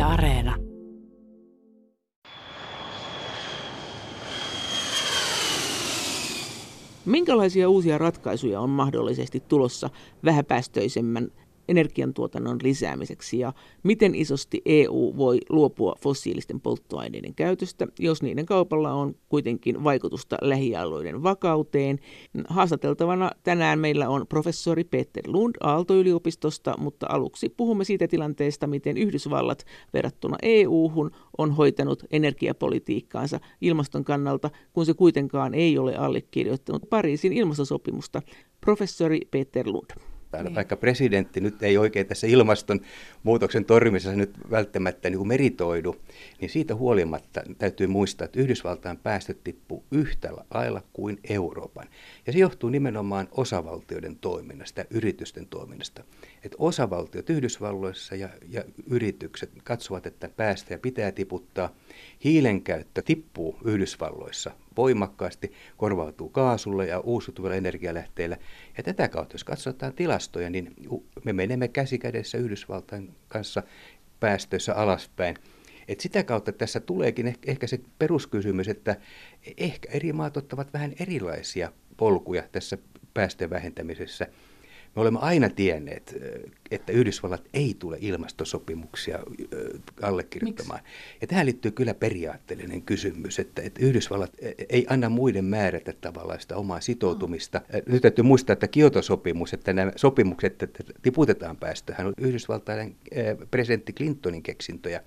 Areena. Minkälaisia uusia ratkaisuja on mahdollisesti tulossa vähäpäästöisemmän energiantuotannon lisäämiseksi ja miten isosti EU voi luopua fossiilisten polttoaineiden käytöstä, jos niiden kaupalla on kuitenkin vaikutusta lähialueiden vakauteen. Haastateltavana tänään meillä on professori Peter Lund Aalto-yliopistosta, mutta aluksi puhumme siitä tilanteesta, miten Yhdysvallat verrattuna EU-hun on hoitanut energiapolitiikkaansa ilmaston kannalta, kun se kuitenkaan ei ole allekirjoittanut Pariisin ilmastosopimusta. Professori Peter Lund. Vaikka presidentti nyt ei oikein tässä ilmastonmuutoksen torjumisessa nyt välttämättä niin kuin meritoidu, niin siitä huolimatta täytyy muistaa, että Yhdysvaltain päästöt tippuu yhtä lailla kuin Euroopan. Ja se johtuu nimenomaan osavaltioiden toiminnasta ja yritysten toiminnasta. Että osavaltiot Yhdysvalloissa ja yritykset katsovat, että päästöjä pitää tiputtaa. Hiilen käyttö tippuu Yhdysvalloissa voimakkaasti, korvautuu kaasulla ja uusiutuvilla energialähteillä. Ja tätä kautta, jos katsotaan tilastoja, niin me menemme käsi kädessä Yhdysvaltain kanssa päästöissä alaspäin. Et sitä kautta tässä tuleekin ehkä se peruskysymys, että ehkä eri maat ottavat vähän erilaisia polkuja tässä päästöjen vähentämisessä. Me olemme aina tienneet, että Yhdysvallat ei tule ilmastosopimuksia allekirjoittamaan. Miksi? Ja tähän liittyy kyllä periaatteellinen kysymys, että Yhdysvallat ei anna muiden määrätä tavallaan sitä omaa sitoutumista. Nyt täytyy muistaa, että Kioto-sopimus, että nämä sopimukset, että tiputetaan päästöhän on Yhdysvaltain presidentti Clintonin keksintöjä.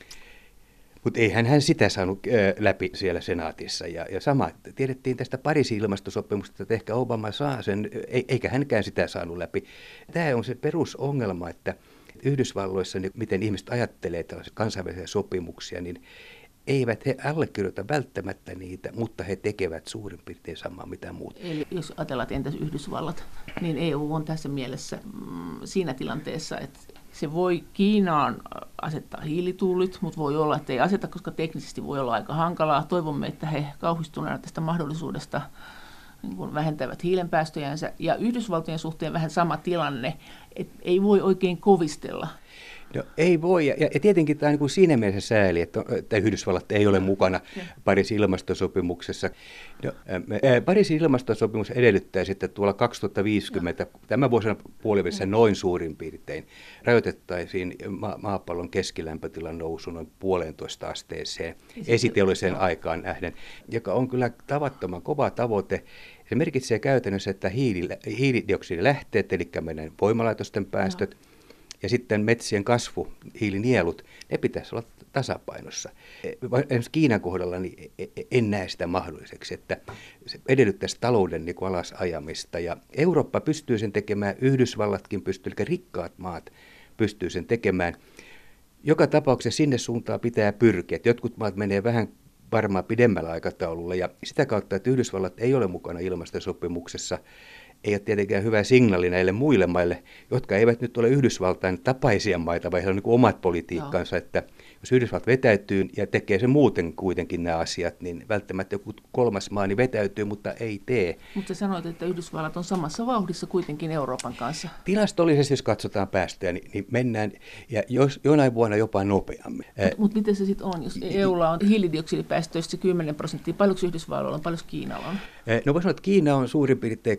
Mutta eihän hän sitä saanut läpi siellä senaatissa. Ja sama tiedettiin tästä Pariisin ilmastosopimusta, että ehkä Obama saa sen, eikä hänkään sitä saanut läpi. Tämä on se perusongelma, että Yhdysvalloissa, miten ihmiset ajattelee tällaisia kansainvälisiä sopimuksia, niin eivät he allekirjoita välttämättä niitä, mutta he tekevät suurin piirtein samaa mitä muut. Eli jos ajatellaan, että entäs Yhdysvallat, niin EU on tässä mielessä siinä tilanteessa, että se voi Kiinaan asettaa hiilitullit, mutta voi olla, että ei aseta, koska teknisesti voi olla aika hankalaa. Toivomme, että he kauhistuneena tästä mahdollisuudesta niin kuin vähentävät hiilenpäästöjänsä. Ja Yhdysvaltojen suhteen vähän sama tilanne, että ei voi oikein kovistella. No, ei voi, ja tietenkin tämä on niin kuin siinä mielessä sääli, että Yhdysvallat ei ole mukana Pariisin ilmastosopimuksessa. No, Pariisin ilmastosopimus edellyttäisi, että tuolla 2050, tämän vuosina puolivälissä noin suurin piirtein, rajoitettaisiin maapallon keskilämpötilan nousu noin 1,5 asteeseen esiteolliseen aikaan nähden, joka on kyllä tavattoman kova tavoite. Se merkitsee käytännössä, että hiilidioksidilähteet, eli meidän voimalaitosten päästöt, ja sitten metsien kasvu, hiilinielut, ne pitäisi olla tasapainossa. Esimerkiksi Kiinan kohdalla niin en näe sitä mahdolliseksi, että se edellyttäisi talouden niin kuin alasajamista. Ja Eurooppa pystyy sen tekemään, Yhdysvallatkin pystyy, eli rikkaat maat pystyy sen tekemään. Joka tapauksessa sinne suuntaan pitää pyrkiä. Jotkut maat menee vähän varmaan pidemmällä aikataululla, ja sitä kautta, että Yhdysvallat ei ole mukana ilmastosopimuksessa, ei ole tietenkään hyvä signaali näille muille maille, jotka eivät nyt ole Yhdysvaltain tapaisia maita, vaan heillä on niin kuin omat politiikkansa, että jos Yhdysvallat vetäytyy ja tekee sen muuten kuitenkin nämä asiat, niin välttämättä joku kolmas maa niin vetäytyy, mutta ei tee. Mutta sanoit, että Yhdysvallat on samassa vauhdissa kuitenkin Euroopan kanssa. Tilastollisesti, jos katsotaan päästöjä, niin mennään ja jonain vuonna jopa nopeammin. Mutta miten se sitten on, jos EUlla on hiilidioksidipäästöistä 10%, paljonko Yhdysvalloilla on, paljonko Kiinalla on? No voi sanoa, että Kiina on suurin piirtein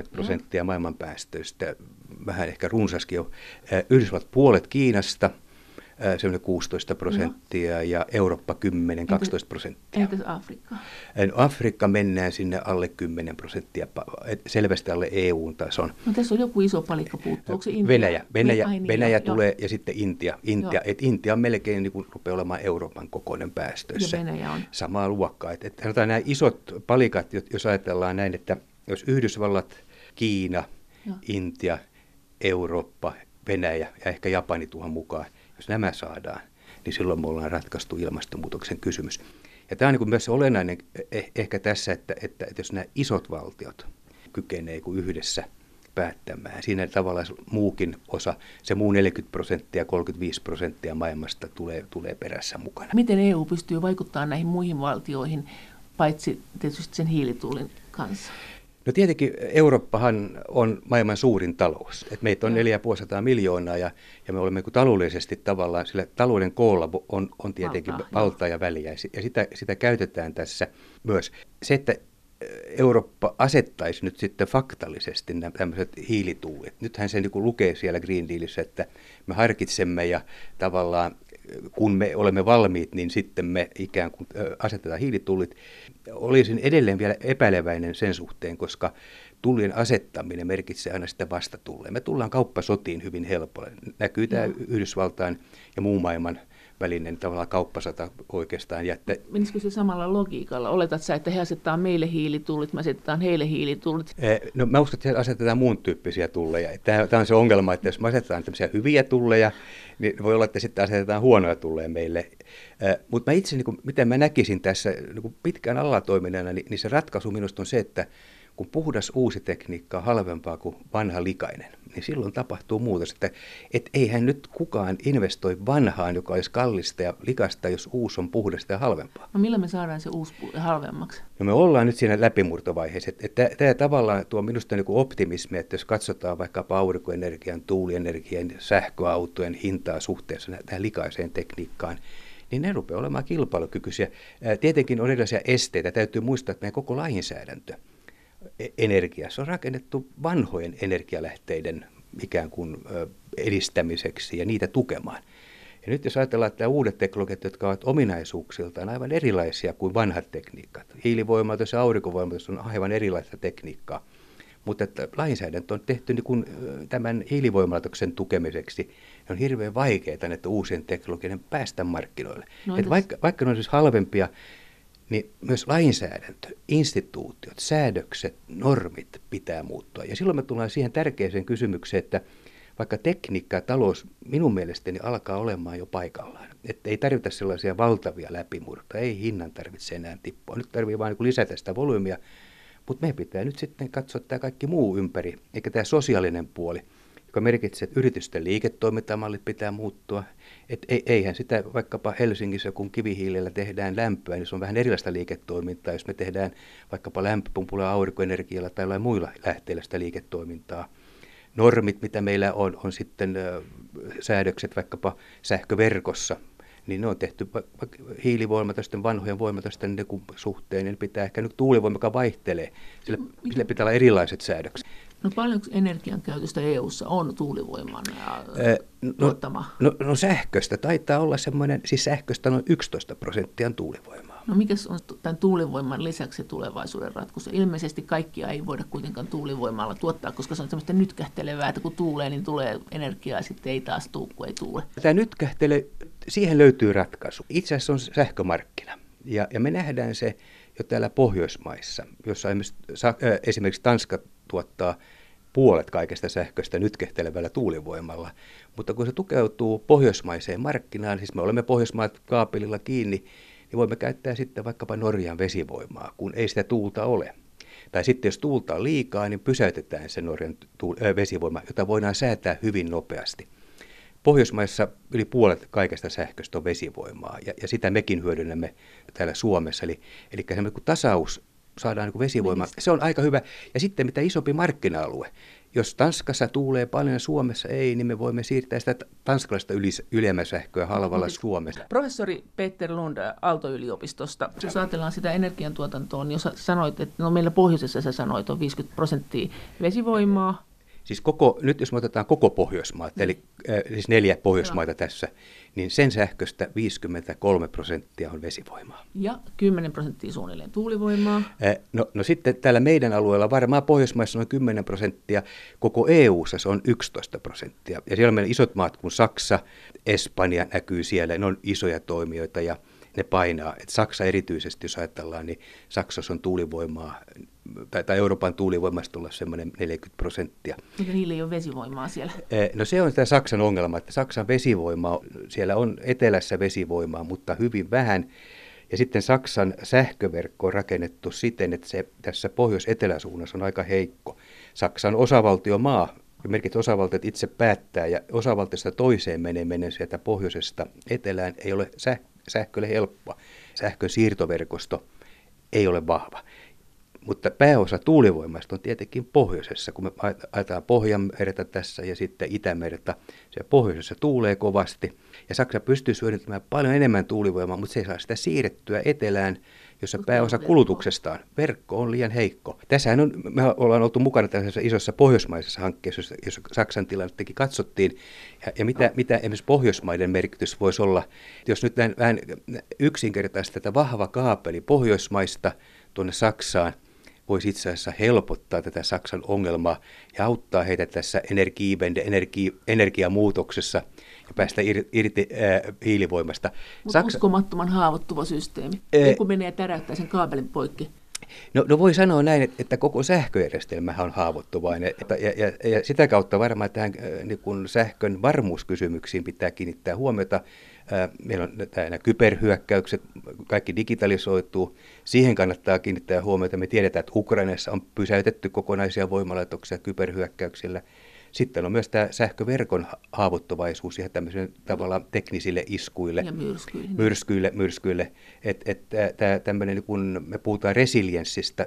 30% maailman päästöistä, vähän ehkä runsaskin jo. Yhdysvallat puolet Kiinasta, semmoinen 16% ja Eurooppa 10-12%. Entäs Afrikka? Afrikka mennään sinne alle 10%, selvästi alle EU-tason. No tässä on joku iso palikka puuttuu. Onko se Intia? Venäjä tulee ja sitten Intia. Intia on melkein niin kuin rupeaa olemaan Euroopan kokoinen päästöissä. Ja Venäjä on. Samaa luokkaa. Sanotaan nämä isot palikat, jos ajatellaan näin, että jos Yhdysvallat, Kiina, Intia, Eurooppa, Venäjä ja ehkä Japani tuohon mukaan, jos nämä saadaan, niin silloin me ollaan ratkaistu ilmastonmuutoksen kysymys. Ja tämä on niin myös olennainen ehkä tässä, että jos nämä isot valtiot kykenee yhdessä päättämään, siinä tavallaan muukin osa, se muu 40% ja 35% maailmasta tulee perässä mukana. Miten EU pystyy vaikuttamaan näihin muihin valtioihin, paitsi tietysti sen hiilitullin kanssa? No tietenkin Eurooppahan on maailman suurin talous. Et meitä on 450 miljoonaa ja me olemme taloudellisesti tavallaan, sillä talouden koolla on tietenkin valtaa ja väliä. Ja sitä käytetään tässä myös. Se, että Eurooppa asettaisi nyt sitten faktallisesti nämä tämmöiset hiilituulet. Nythän se niin kuin lukee siellä Green Dealissa, että me harkitsemme ja tavallaan kun me olemme valmiit, niin sitten me ikään kuin asetetaan hiilitullit. Olisin edelleen vielä epäileväinen sen suhteen, koska tullien asettaminen merkitsee aina sitä vastatulleen. Me tullaan kauppasotiin hyvin helpolla. Näkyy tämä Yhdysvaltain ja muun maailman välinen tavallaan kauppasota oikeastaan. Menisikö se samalla logiikalla? Oletat sä, että he asettaa meille hiilitullit, me asetetaan heille hiilitullit? No mä uskon, että asetetaan muun tyyppisiä tulleja. Tämä on se ongelma, että jos me asetetaan tämmöisiä hyviä tulleja, niin voi olla, että sitten asetetaan huonoja tulleja meille. Mutta mä itse, mitä mä näkisin tässä pitkään alatoiminnana, niin se ratkaisu minusta on se, että kun puhdas uusi tekniikka on halvempaa kuin vanha likainen, niin silloin tapahtuu muutos. Että eihän nyt kukaan investoi vanhaan, joka olisi kallista ja likasta, jos uusi on puhdasta ja halvempaa. No millä me saadaan se uusi halvemmaksi? No me ollaan nyt siinä läpimurtovaiheessa. Tämä tavallaan tuo minusta niin kuin optimismi, että jos katsotaan vaikkapa aurinkoenergian, tuulienergian, sähköautojen hintaa suhteessa tähän likaiseen tekniikkaan, niin ne rupeaa olemaan kilpailukykyisiä. Tietenkin on erilaisia esteitä. Täytyy muistaa, että meidän koko lainsäädäntö energiassa on rakennettu vanhojen energialähteiden ikään kuin edistämiseksi ja niitä tukemaan. Ja nyt jos ajatellaan, että uudet teknologiat, jotka ovat ominaisuuksiltaan aivan erilaisia kuin vanhat tekniikat, hiilivoimatus ja aurinkovoimatus on aivan erilaista tekniikkaa, mutta että lainsäädäntö on tehty niin kuin tämän hiilivoimalaitoksen tukemiseksi, on hirveän vaikeaa näitä uusien teknologioiden päästä markkinoille. No, vaikka ne on siis halvempia, niin myös lainsäädäntö, instituutiot, säädökset, normit pitää muuttua. Ja silloin me tullaan siihen tärkeäseen kysymykseen, että vaikka tekniikka ja talous minun mielestäni alkaa olemaan jo paikallaan. Että ei tarvita sellaisia valtavia läpimurtoja, ei hinnan tarvitse enää tippua. Nyt tarvitsee vain lisätä sitä volyymiä, mutta meidän pitää nyt sitten katsoa tämä kaikki muu ympäri, eikä tämä sosiaalinen puoli, joka merkitsee, että yritysten liiketoimintamallit pitää muuttua. Eihän sitä vaikkapa Helsingissä, kun kivihiilellä tehdään lämpöä, niin se on vähän erilaista liiketoimintaa, jos me tehdään vaikkapa lämpöpumpulla, aurinkoenergialla tai jollain muilla lähteillä sitä liiketoimintaa. Normit, mitä meillä on sitten säädökset vaikkapa sähköverkossa, niin ne on tehty hiilivoimatoisten, vanhojen voimatoisten suhteen, niin pitää ehkä nyt tuulivoima, joka vaihtelee, sillä pitää olla erilaiset säädökset. No paljonko energiankäytöstä EU:ssa on tuulivoiman tuottama? No sähköstä taitaa olla semmoinen, siis sähköstä noin 11% on tuulivoimaa. No mikä on tämän tuulivoiman lisäksi tulevaisuuden ratkaisu? Ilmeisesti kaikkia ei voida kuitenkaan tuulivoimalla tuottaa, koska se on semmoista nytkähtelevää, että kun tuulee, niin tulee energiaa ja sitten ei taas tule, kun ei tuule. Tämä nytkähtele, siihen löytyy ratkaisu. Itse asiassa on sähkömarkkina ja me nähdään se jo täällä Pohjoismaissa, jossa esimerkiksi Tanska tuottaa puolet kaikesta sähköstä nytkehtelevällä tuulivoimalla. Mutta kun se tukeutuu pohjoismaiseen markkinaan, siis me olemme Pohjoismaat kaapelilla kiinni, niin voimme käyttää sitten vaikkapa Norjan vesivoimaa, kun ei sitä tuulta ole. Tai sitten jos tuulta on liikaa, niin pysäytetään se Norjan vesivoima, jota voidaan säätää hyvin nopeasti. Pohjoismaissa yli puolet kaikesta sähköstä on vesivoimaa, ja sitä mekin hyödynnämme täällä Suomessa. Eli semmoinen kuin tasaus saadaan niin kuin vesivoima, se on aika hyvä. Ja sitten mitä isompi markkina-alue. Jos Tanskassa tuulee paljon ja Suomessa ei, niin me voimme siirtää sitä tanskalaista ylijäämäsähköä halvalla Suomesta. Professori Peter Lund Aalto-yliopistosta. Jos ajatellaan sitä energiantuotantoa, niin jos sanoit, että meillä pohjoisessa sä sanoit on 50% vesivoimaa. Siis nyt jos me otetaan koko Pohjoismaat, eli siis 4 Pohjoismaita tässä, niin sen sähköstä 53% on vesivoimaa. Ja 10% suunnilleen tuulivoimaa. No sitten täällä meidän alueella varmaan Pohjoismaissa on 10%, koko EU:ssa se on 11%. Ja siellä on meillä isot maat kuin Saksa, Espanja näkyy siellä, ne on isoja toimijoita ja ne painaa. Et Saksa erityisesti, jos ajatellaan, niin Saksassa on tuulivoimaa, tai Euroopan tuulivoimasta olla semmoinen 40%. Mutta niillä ei ole vesivoimaa siellä? No se on tämä Saksan ongelma, että Saksan vesivoima, siellä on etelässä vesivoimaa, mutta hyvin vähän. Ja sitten Saksan sähköverkko on rakennettu siten, että se tässä pohjois-eteläsuunnassa on aika heikko. Saksan osavaltiomaa, merkit osavaltiot itse päättää, ja osavaltiosta toiseen meneminen sieltä pohjoisesta etelään ei ole sähkölle helppoa. Sähkön siirtoverkosto ei ole vahva. Mutta pääosa tuulivoimasta on tietenkin pohjoisessa, kun me ajatellaan Pohjanmerta tässä ja sitten Itämerta. Se pohjoisessa tuulee kovasti ja Saksa pystyy hyödyntämään paljon enemmän tuulivoimaa, mutta se ei saa sitä siirrettyä etelään, jossa pääosa kulutuksestaan. Verkko on liian heikko. Tässähän me ollaan oltu mukana tällaisessa isossa pohjoismaisessa hankkeessa, jossa Saksan tilannettakin katsottiin. Ja mitä esimerkiksi Pohjoismaiden merkitys voisi olla, jos nyt vähän yksinkertaisesti tätä vahva kaapeli Pohjoismaista tuonne Saksaan voisi itse asiassa helpottaa tätä Saksan ongelmaa ja auttaa heitä tässä energiamuutoksessa ja päästä irti hiilivoimasta. Mutta uskomattoman haavoittuva systeemi, kun menee ja täräyttää sen kaapelin poikki. No voi sanoa näin, että koko sähköjärjestelmähän on haavoittuvainen ja sitä kautta varmaan tähän niin kun sähkön varmuuskysymyksiin pitää kiinnittää huomiota. Meillä on nämä kyberhyökkäykset, kaikki digitalisoituu. Siihen kannattaa kiinnittää huomiota. Me tiedetään, että Ukrainassa on pysäytetty kokonaisia voimalaitoksia kyberhyökkäyksillä. Sitten on myös tämä sähköverkon haavoittuvaisuus ja tämmöisille tavallaan teknisille iskuille, ja myrskyille. Tämmöinen, niin kun me puhutaan resilienssistä,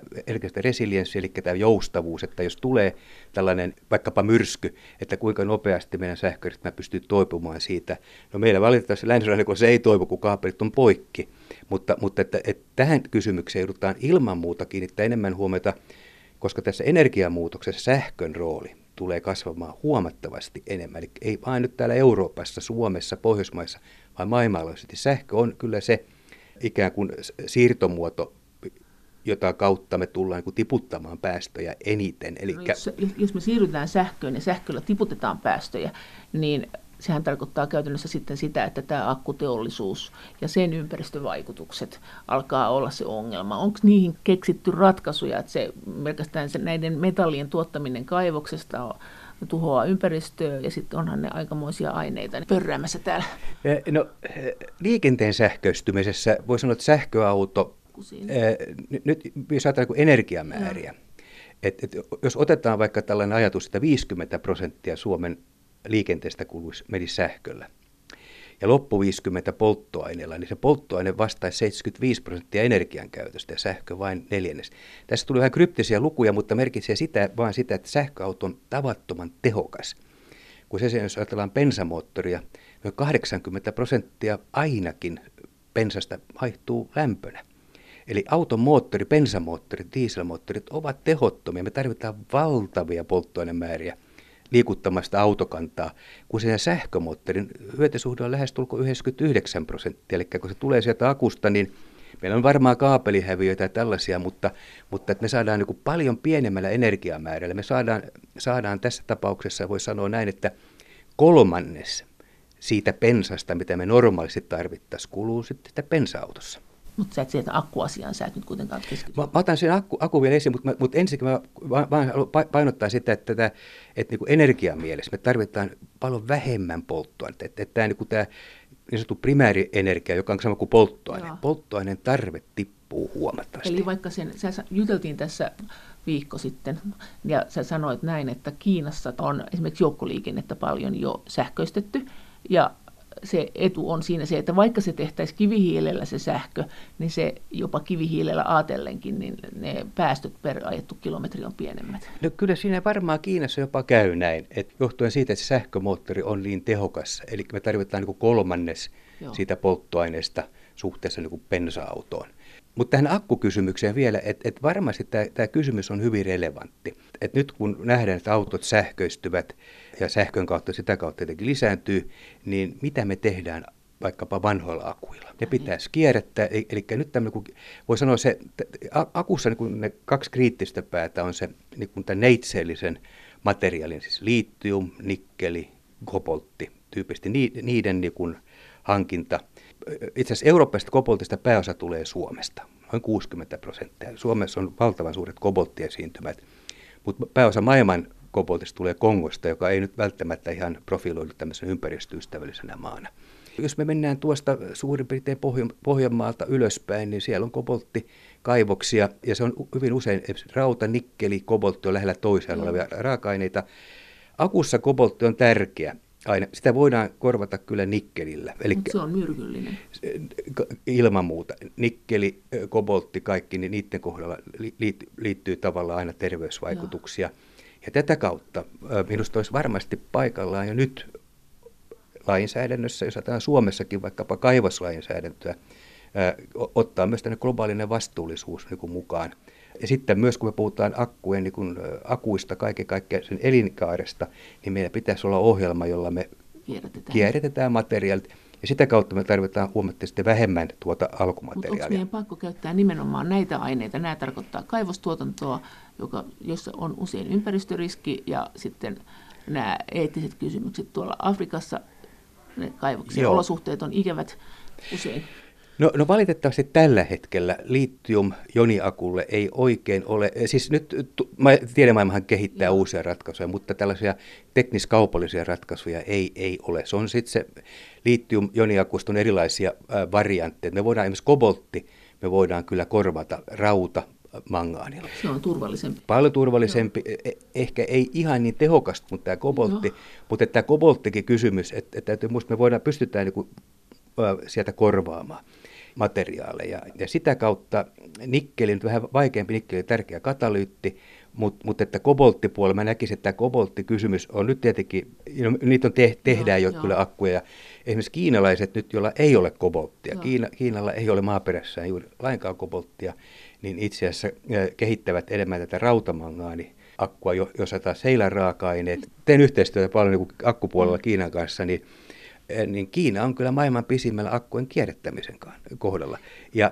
eli tämä joustavuus, että jos tulee tällainen vaikkapa myrsky, että kuinka nopeasti meidän sähköjärjestelmä pystyy toipumaan siitä. No meillä valitettavasti länsirannikolla se ei toivu, kun kaapelit on poikki, mutta että tähän kysymykseen joudutaan ilman muuta kiinnittää enemmän huomiota, koska tässä energiamuutoksessa sähkön rooli tulee kasvamaan huomattavasti enemmän. Eli ei vain nyt täällä Euroopassa, Suomessa, Pohjoismaissa, vaan maailmanlaajuisesti. Sähkö on kyllä se ikään kuin siirtomuoto, jota kautta me tullaan niin tiputtamaan päästöjä eniten. Jos me siirrytään sähköön ja sähköllä tiputetaan päästöjä, niin sehän tarkoittaa käytännössä sitten sitä, että tämä akkuteollisuus ja sen ympäristövaikutukset alkaa olla se ongelma. Onko niihin keksitty ratkaisuja, että pelkästään näiden metallien tuottaminen kaivoksesta tuhoaa ympäristöä ja sitten onhan ne aikamoisia aineita pörräämässä täällä? No, liikenteen sähköistymisessä voi sanoa, että sähköauto, nyt jos ajatellaan energiamääriä, että jos otetaan vaikka tällainen ajatus, että 50% Suomen liikenteestä menisi sähköllä ja loppu 50 polttoaineella, niin se polttoaine vastaisi 75% energian käytöstä ja sähkö vain 1/4. Tässä tuli vähän kryptisiä lukuja, mutta merkitsee vaan sitä, että sähköauto on tavattoman tehokas. Kun jos ajatellaan bensamoottoria, noin 80% ainakin bensasta vaihtuu lämpönä. Eli auton moottori, bensamoottorit, dieselmoottorit ovat tehottomia. Me tarvitaan valtavia polttoainemääriä liikuttamasta autokantaa, kun sen sähkömoottorin hyötysuhde on lähestulkoon 99%. Eli kun se tulee sieltä akusta, niin meillä on varmaan kaapelihäviöitä ja tällaisia, mutta että me saadaan niin kuin paljon pienemmällä energiamäärällä. Me saadaan tässä tapauksessa, voi sanoa näin, että 1/3 siitä bensasta, mitä me normaalisti tarvittaisiin, kuluu sitten sitä bensa-autossa. Mutta sä et sieltä akkuasiaan, sä et nyt kuitenkaan keskity. Mä otan sen akku vielä esiin, mutta ensinnäkin mä vaan haluan painottaa sitä, että niin kuin energian mielessä me tarvitaan paljon vähemmän polttoainetta. Että tämä niin sanottu primäärienergia, joka on sama kuin polttoaine. Joo. Polttoaineen tarve tippuu huomattavasti. Eli vaikka juteltiin tässä viikko sitten, ja sä sanoit näin, että Kiinassa on esimerkiksi joukkoliikennettä paljon jo sähköistetty, ja se etu on siinä se, että vaikka se tehtäisiin kivihiilellä se sähkö, niin se jopa kivihiilellä ajatellenkin, niin ne päästöt per ajettu kilometri on pienemmät. No kyllä siinä varmaan Kiinassa jopa käy näin, että johtuen siitä, että se sähkömoottori on niin tehokas, eli me tarvitaan niin kuin 1/3 siitä polttoaineesta suhteessa niin kuin bensa-autoon. Mutta tähän akkukysymykseen vielä, että varmasti tämä kysymys on hyvin relevantti. Et nyt kun nähdään, että autot sähköistyvät ja sähkön kautta sitä kautta jotenkin lisääntyy, niin mitä me tehdään vaikkapa vanhoilla akuilla? Ne pitäisi kierrättää, eli nyt tämmöinen, voi sanoa se, akussa niin ne 2 kriittistä päätä on se niin tämän neitseellisen materiaalin, siis litium, nikkeli, koboltti, tyypillisesti niiden niin kuin hankinta. Itse asiassa eurooppaisesta koboltista pääosa tulee Suomesta, noin 60%. Suomessa on valtavan suuret kobolttiesiintymät, mutta pääosa maailman koboltista tulee Kongosta, joka ei nyt välttämättä ihan profiloidu tämmöisen ympäristöystävällisenä maana. Jos me mennään tuosta suurin piirtein Pohjanmaalta ylöspäin, niin siellä on kobolttikaivoksia, ja se on hyvin usein rauta, nikkeli, koboltti on lähellä toisiaan olevia raaka-aineita. Akussa koboltti on tärkeä, aine. Sitä voidaan korvata kyllä nikkelillä. Mutta se on myrkyllinen. Ilman muuta. Nikkeli, koboltti, kaikki, niin niiden kohdalla liittyy tavallaan aina terveysvaikutuksia. Ja tätä kautta minusta olisi varmasti paikallaan jo nyt lainsäädännössä, jos otetaan Suomessakin vaikkapa kaivoslainsäädäntöä, ottaa myös tänne globaalinen vastuullisuus niin kuin mukaan. Ja sitten myös kun me puhutaan akkujen, niin kuin akuista, kaiken sen elinkaaresta, niin meillä pitäisi olla ohjelma, jolla me kierrätetään materiaalit. Ja sitä kautta me tarvitaan huomattavasti vähemmän tuota alkumateriaalia. Mutta onko meidän pakko käyttää nimenomaan näitä aineita? Nämä tarkoittaa kaivostuotantoa, jossa on usein ympäristöriski ja sitten nämä eettiset kysymykset tuolla Afrikassa. Ne kaivoksien olosuhteet on ikävät usein. No valitettavasti tällä hetkellä litium-joniakulle ei oikein ole, siis nyt tiedemaailmahan kehittää uusia ratkaisuja, mutta tällaisia tekniskaupallisia ratkaisuja ei ole. Se on sitten se litium-joniakusta on erilaisia variantteja. Me voidaan esimerkiksi koboltti, me voidaan kyllä korvata rauta mangaanilla. Se on turvallisempi. Paljon turvallisempi, ehkä ei ihan niin tehokasta, mutta tämä koboltti, mutta tämä kobolttikin kysymys, että me pystytään niin sieltä korvaamaan materiaaleja. Ja sitä kautta nikkeli, nyt vähän vaikeampi nikkeli, tärkeä katalyytti, mutta että kobolttipuolella, mä näkisin, että tämä kobolttikysymys on nyt tietenkin, niitä tehdään jo kyllä akkuja. Ja esimerkiksi kiinalaiset nyt, joilla ei ole kobolttia, Kiinalla ei ole maaperässään juuri lainkaan kobolttia, niin itse asiassa kehittävät enemmän tätä rautamangaaniakkua, jossa taas heillä raaka-aineet. Teen yhteistyötä paljon niin akkupuolella Kiinan kanssa, niin Kiina on kyllä maailman pisimmällä akkujen kierrättämisen kohdalla. Ja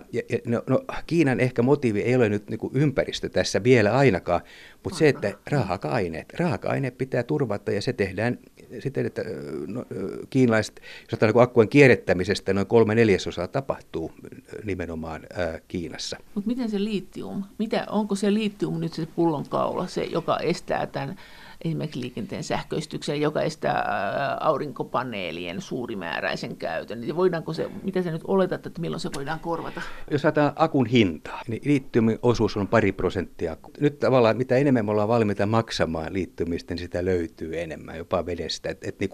Kiinan ehkä motiivi ei ole nyt niin kuin ympäristö tässä vielä ainakaan, mutta se, että raaka-aineet pitää turvata ja se tehdään siten, että kiinalaiset, jos otetaan niin akkujen kierrättämisestä, noin 3/4 tapahtuu nimenomaan Kiinassa. Mutta miten se litium? Onko se litium nyt se pullonkaula, se joka estää tämän esimerkiksi liikenteen sähköistyksen, joka estää aurinkopaneelien suurimääräisen käytön. Mitä sä nyt oletat, että milloin se voidaan korvata? Jos ajatellaan akun hintaa, niin litiumin osuus on 2%. Nyt tavallaan mitä enemmän me ollaan valmiita maksamaan litiumista, niin sitä löytyy enemmän, jopa vedestä.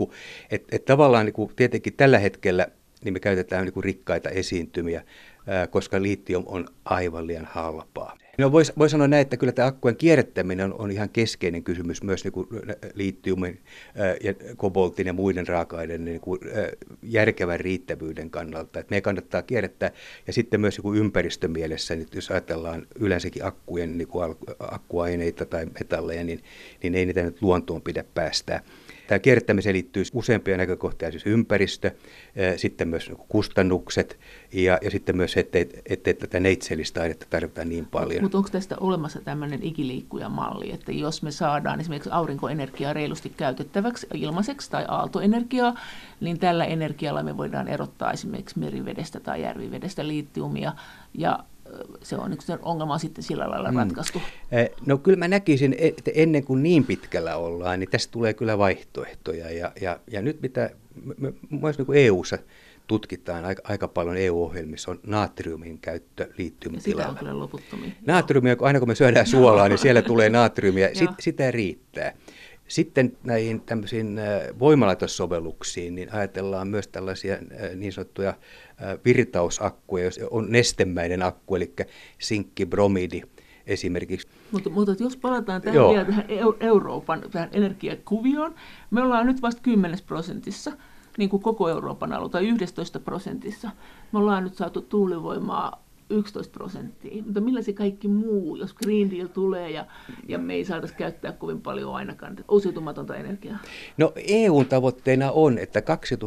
Tavallaan niin tietenkin tällä hetkellä niin me käytetään niin rikkaita esiintymiä, koska litium on aivan liian halpaa. No voi sanoa näin, että kyllä tämä akkujen kierrättäminen on ihan keskeinen kysymys myös niin litiumin ja koboltin ja muiden raaka-aineiden niin järkevän riittävyyden kannalta. Että meidän kannattaa kierrättää ja sitten myös niin ympäristömielessä, niin jos ajatellaan yleensäkin akkujen niin akkuaineita tai metalleja, niin ei niitä nyt luontoon pidä päästää. Tämä kierrättämiseen liittyy useampia näkökohtia, siis ympäristö, sitten myös kustannukset ja sitten myös, ettei tätä neitsellistä ainetta tarvitaan niin paljon. Mutta onko tästä olemassa tämmöinen ikiliikkujamalli, että jos me saadaan esimerkiksi aurinkoenergiaa reilusti käytettäväksi ilmaiseksi tai aaltoenergiaa, niin tällä energialla me voidaan erottaa esimerkiksi merivedestä tai järvivedestä litiumia ja se on yksi ongelma sitten sillä lailla ratkaistu. No kyllä mä näkisin, että ennen kuin niin pitkällä ollaan, niin tästä tulee kyllä vaihtoehtoja. Ja nyt mitä myös niin kuin EU:ssa tutkitaan aika paljon EU-ohjelmissa on natriumin käyttö litiumin tilalla. Sitä on kyllä loputtomia. Natriumia, aina kun me syödään suolaa, niin siellä tulee natriumia. Sitä riittää. Sitten näihin tämmöisiin voimalaitossovelluksiin, niin ajatellaan myös tällaisia niin sanottuja virtausakkuja, jos on nestemäinen akku, eli sinkkibromidi esimerkiksi. Mutta jos palataan vielä tähän Euroopan tähän energiakuvioon, me ollaan nyt vasta 10%, niin kuin koko Euroopan alue, tai 11%. Me ollaan nyt saatu tuulivoimaa 11%. Mutta millä se kaikki muu, jos Green Deal tulee ja me ei saataisi käyttää kovin paljon ainakaan uusiutumatonta energiaa? No EUn tavoitteena on, että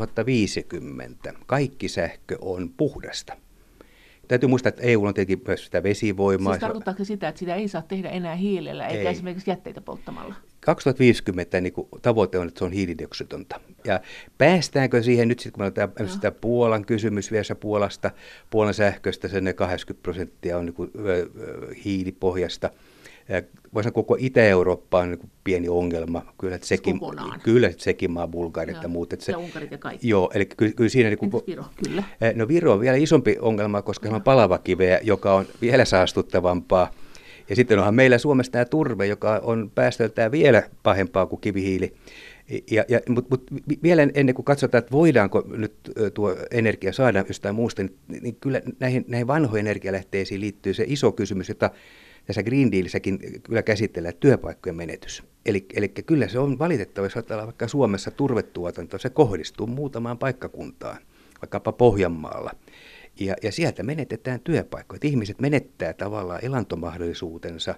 2050 kaikki sähkö on puhdasta. Täytyy muistaa, että EU on tietenkin myös sitä vesivoimaa. Siis tarkoittaako se sitä, että sitä ei saa tehdä enää hiilellä, eikä esimerkiksi jätteitä polttamalla? 2050 niin tavoite on, että se on hiilidioksitonta. Ja päästäänkö siihen nyt sitten, kun meillä on tämä Puolan kysymys vielä Puolan sähköstä, sen 80% on niin hiilipohjasta. Voisi sanoa, koko Itä-Eurooppa on niin pieni ongelma. Kyllä, Tsekinmaa, Bulgarit ja muut. Ja Unkarit ja kaikki. Joo, eli kyllä siinä... Entäs Viro? Kyllä. No Viro on vielä isompi ongelma, koska se on palavakiveä, joka on vielä saastuttavampaa. Ja sitten onhan meillä Suomessa tämä turve, joka on päästöltään vielä pahempaa kuin kivihiili. Mutta vielä ennen kuin katsotaan, että voidaanko nyt tuo energia saada jostain muusta, niin kyllä näihin vanhoihin energialähteisiin liittyy se iso kysymys, jota tässä Green Dealissäkin kyllä käsitellään, työpaikkojen menetys. Eli kyllä se on valitettavasti, jos ajatellaan vaikka Suomessa turvetuotanto, se kohdistuu muutamaan paikkakuntaan, vaikkapa Pohjanmaalla. Ja sieltä menetetään työpaikkoja. Ihmiset menettää tavallaan elantomahdollisuutensa,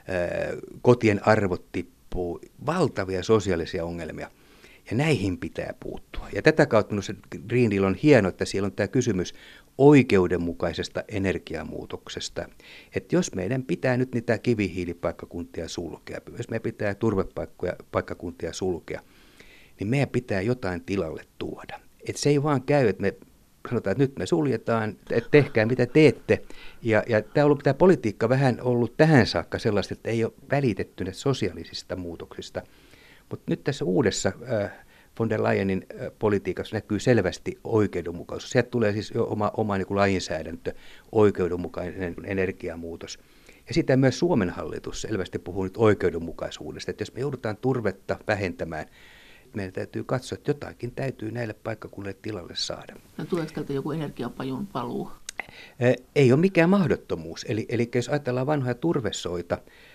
kotien arvot tippuu, valtavia sosiaalisia ongelmia. Ja näihin pitää puuttua. Ja tätä kautta minusta Green Deal on hieno, että siellä on tämä kysymys oikeudenmukaisesta energiamuutoksesta. Että jos meidän pitää nyt niitä kivihiilipaikkakuntia sulkea, jos meidän pitää turvepaikkakuntia sulkea, niin meidän pitää jotain tilalle tuoda. Että se ei vaan käy, että me sanotaan, että nyt me suljetaan, että tehkää mitä teette. Ja tämä on ollut tämä politiikka vähän ollut tähän saakka sellaista, että ei ole välitetty näistä sosiaalisista muutoksista. Mutta nyt tässä uudessa von der Leyenin politiikassa näkyy selvästi oikeudenmukaisuus. Sieltä tulee siis jo oma niin kuin lainsäädäntö, oikeudenmukainen energiamuutos. Ja sitä myös Suomen hallitus selvästi puhuu nyt oikeudenmukaisuudesta, että jos me joudutaan turvetta vähentämään, meidän täytyy katsoa, että jotakin täytyy näille paikkakunnille tilalle saada. No tuleeko täältä joku energiapajun paluu? Ei ole mikään mahdottomuus. Eli jos ajatellaan vanhoja turvesoita,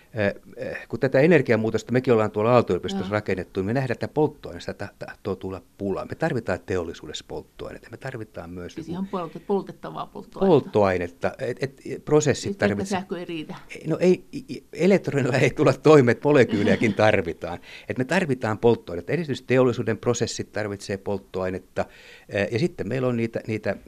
kun tätä energiamuutosta mekin ollaan tuolla Aalto-yliopistossa rakennettu, niin me nähdään, että polttoaineesta tahtoo tulla pulaa. Me tarvitaan teollisuudessa polttoaineita. Me tarvitaan myös siis ihan poltettavaa polttoainetta. Prosessit tarvitsevat. Sähkö ei riitä. No elektronilla ei tulla toimeen, molekyyliäkin tarvitaan. Me tarvitaan polttoainetta. Erityisesti teollisuuden prosessit tarvitsee polttoainetta. Ja sitten meillä on niitä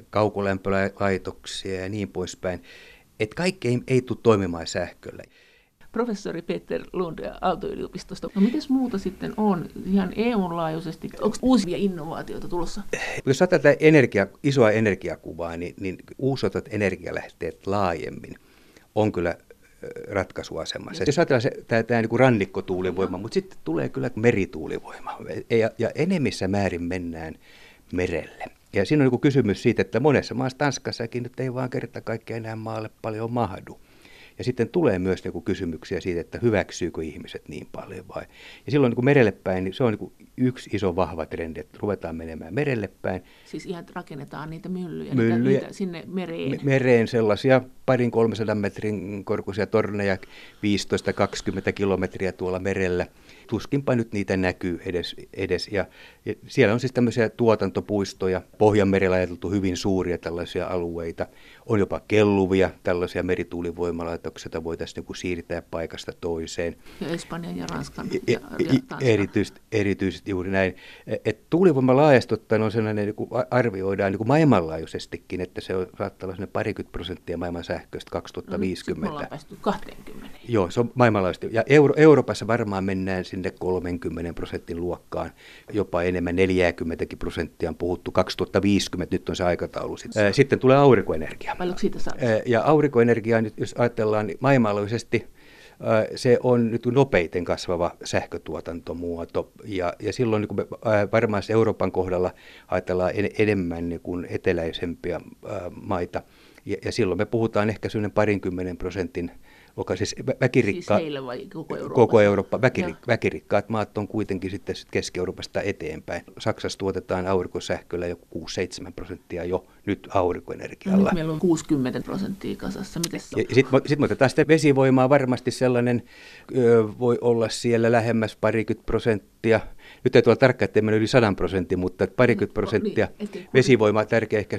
kaukolämpölaitoksia ja niin poispäin. Että kaikki ei tule toimimaan sähköllä. Professori Peter Lund Aalto-yliopistosta. No mites muuta sitten on ihan EU-laajuisesti? Onko uusia innovaatioita tulossa? Jos ajatellaan isoa energiakuvaa, niin uusiutuvat energialähteet laajemmin on kyllä ratkaisuasemassa. Jos ajatellaan tämä niin rannikkotuulivoima, mutta sitten tulee kyllä merituulivoima. Ja enemmissä määrin mennään merelle. Ja siinä on niin kysymys siitä, että monessa maassa, Tanskassakin, nyt ei vaan kerta kaikkiaan enää maalle paljon mahdu. Ja sitten tulee myös kysymyksiä siitä, että hyväksyykö ihmiset niin paljon vai. Ja silloin merelle päin, niin se on yksi iso vahva trendi, että ruvetaan menemään merelle päin. Siis ihan rakennetaan niitä myllyjä. Sinne mereen. Mereen sellaisia 200-300 metrin korkuisia torneja, 15-20 kilometriä tuolla merellä. Tuskinpa nyt niitä näkyy edes. Ja siellä on siis tämmöisiä tuotantopuistoja, Pohjanmerellä ajateltu hyvin suuria tällaisia alueita. On jopa kelluvia tällaisia merituulivoimalaitoksia, joita voitaisiin siirtää paikasta toiseen. Ja Espanjan ja Ranskan ja erityisesti juuri näin. Tuulivoima laajasti ottaen on sellainen, arvioidaan maailmanlaajuisestikin, että se saattaa olla 20% maailman sähköistä 2050. Sitten me ollaan päästy 20. Joo, se on maailmanlaajuisesti. Ja Euroopassa varmaan mennään sinne 30% luokkaan, jopa enemmän 40% on puhuttu 2050, nyt on se aikataulu. Sitten tulee aurinkoenergia. Paljonko siitä saadaan? Ja aurinkoenergia, jos ajatellaan niin maailmanlaajuisesti, se on nyt nopeiten kasvava sähkötuotantomuoto ja silloin niin kuin varmaan Euroopan kohdalla ajatellaan enemmän niin kuin eteläisempiä maita ja silloin me puhutaan ehkä sellainen 20%, siis väkirikkaat, siis heillä vai koko Eurooppa, väkirikkaat maat on kuitenkin sitten Keski-Euroopasta eteenpäin. Saksassa tuotetaan aurinkosähköllä jo 6-7% jo nyt aurinkoenergialla. No nyt meillä on 60% kasassa. Sitten me otetaan sitten vesivoimaa, varmasti sellainen voi olla siellä lähemmäs 20%. Nyt ei tuolla tarkkaan, että mene yli 100%, mutta 20% vesivoimaa tärkeä, ehkä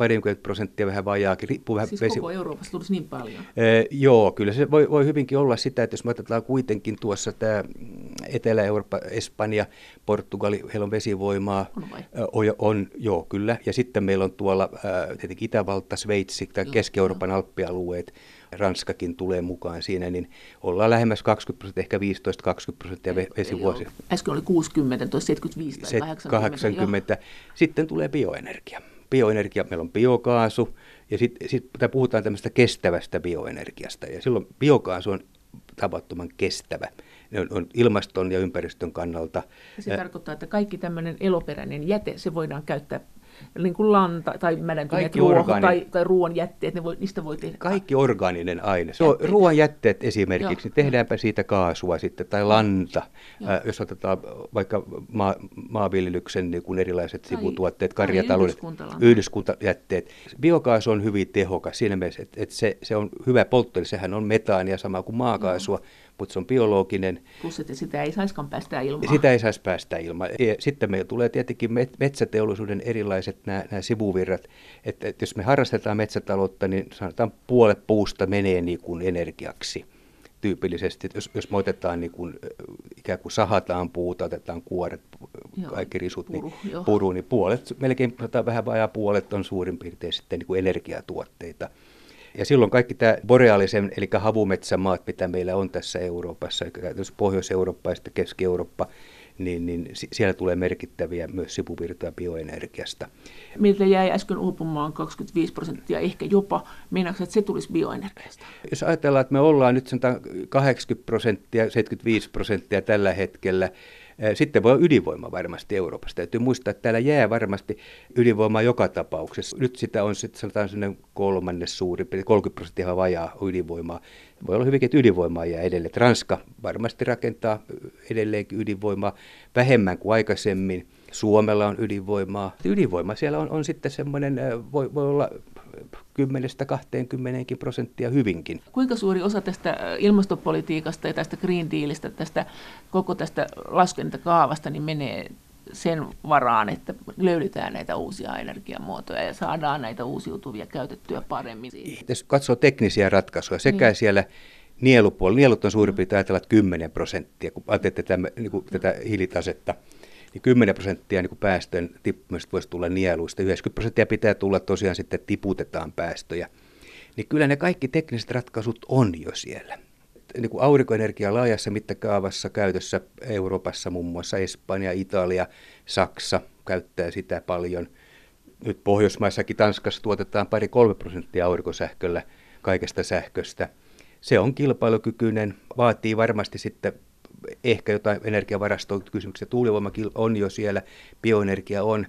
20% vähän vajaakin. Riippuu vähän siis koko Euroopassa tulisi niin paljon? Joo, kyllä se voi hyvinkin olla sitä, että jos me otetaan kuitenkin tuossa tämä Etelä-Eurooppa, Espanja, Portugali, heillä on vesivoimaa. On, joo, kyllä. Ja sitten meillä on tuolla tietenkin Itävalta, Sveitsi tai Keski-Euroopan alppialueet. Ranskakin tulee mukaan siinä, niin ollaan lähemmäs 20%, ehkä 15-20% vesivuosia. Äsken oli 60, tuossa 75 tai 80. Sitten tulee bioenergia. Meillä on biokaasu ja sitten puhutaan tämmöistä kestävästä bioenergiasta ja silloin biokaasu on tavattoman kestävä. Ne on ilmaston ja ympäristön kannalta. Se tarkoittaa, että kaikki tämmöinen eloperäinen jäte, se voidaan käyttää niin kuin lanta tai mädäntyneet tai ruoan jätteet, niistä voi tehdä. Kaikki orgaaninen aine. Se on ruoan jätteet esimerkiksi, niin tehdäänpä siitä kaasua sitten, tai lanta, jos otetaan vaikka maanviljelyksen niin kuin erilaiset sivutuotteet, karjataloudet, yhdyskuntajätteet. Biokaasu on hyvin tehokas siinä mielessä, että se on hyvä polttoaine, sehän on metaania sama kuin maakaasua, mutta se on biologinen. Plus, että sitä ei saisikaan päästää ilmaan. Sitä ei saisi päästää ilmaan. Ja sitten meillä tulee tietenkin metsäteollisuuden erilaiset nämä sivuvirrat. Että jos me harrastetaan metsätaloutta, niin sanotaan puolet puusta menee niin kuin energiaksi tyypillisesti. Jos me otetaan niin kuin, ikään kuin sahataan puuta, otetaan kuoret, kaikki risut, puru, niin puolet, melkein vähän vajaa puolet on suurin piirtein sitten niin kuin energiatuotteita. Ja silloin kaikki tämä boreaalisen, eli havumetsämaat, mitä meillä on tässä Euroopassa, Pohjois-Eurooppa ja sitten Keski-Eurooppa, niin siellä tulee merkittäviä myös sivuvirtoja bioenergiasta. Miltä jäi äsken uupumaan 25%, ehkä jopa, meinaatko, että se tulisi bioenergiasta? Jos ajatellaan, että me ollaan nyt 80%, 75% tällä hetkellä, sitten voi olla ydinvoima varmasti Euroopassa. Täytyy muistaa, että täällä jää varmasti ydinvoimaa joka tapauksessa. Nyt sitä on sitten sanotaan sellainen kolmannes suurin, 30% vajaa ydinvoimaa. Voi olla hyvinkin, että ydinvoimaa jää edelleen. Ranska varmasti rakentaa edelleenkin ydinvoimaa vähemmän kuin aikaisemmin. Suomella on ydinvoimaa. Ydinvoima siellä on sitten semmoinen, voi olla 10-20% hyvinkin. Kuinka suuri osa tästä ilmastopolitiikasta ja tästä Green Dealista, koko tästä laskentakaavasta, niin menee sen varaan, että löydetään näitä uusia energiamuotoja ja saadaan näitä uusiutuvia käytettyä paremmin? Jos katsoo teknisiä ratkaisuja, sekä siellä nielupuolella, nielut on suurin piirtein ajatella 10%, kun ajattelette tätä hiilitasetta, niin 10% niin päästöjen tippumista voisi tulla nieluista, 90% pitää tulla tosiaan sitten tiputetaan päästöjä. Niin kyllä ne kaikki tekniset ratkaisut on jo siellä. Niin kuin aurinkoenergia laajassa mittakaavassa käytössä Euroopassa, muun muassa Espanja, Italia, Saksa käyttää sitä paljon. Nyt Pohjoismaissakin, Tanskassa tuotetaan 2-3% aurinkosähköllä kaikesta sähköstä. Se on kilpailukykyinen, vaatii varmasti sitten ehkä jotain energiavarastointikysymyksiä. Tuulivoimakin on jo siellä, bioenergia on.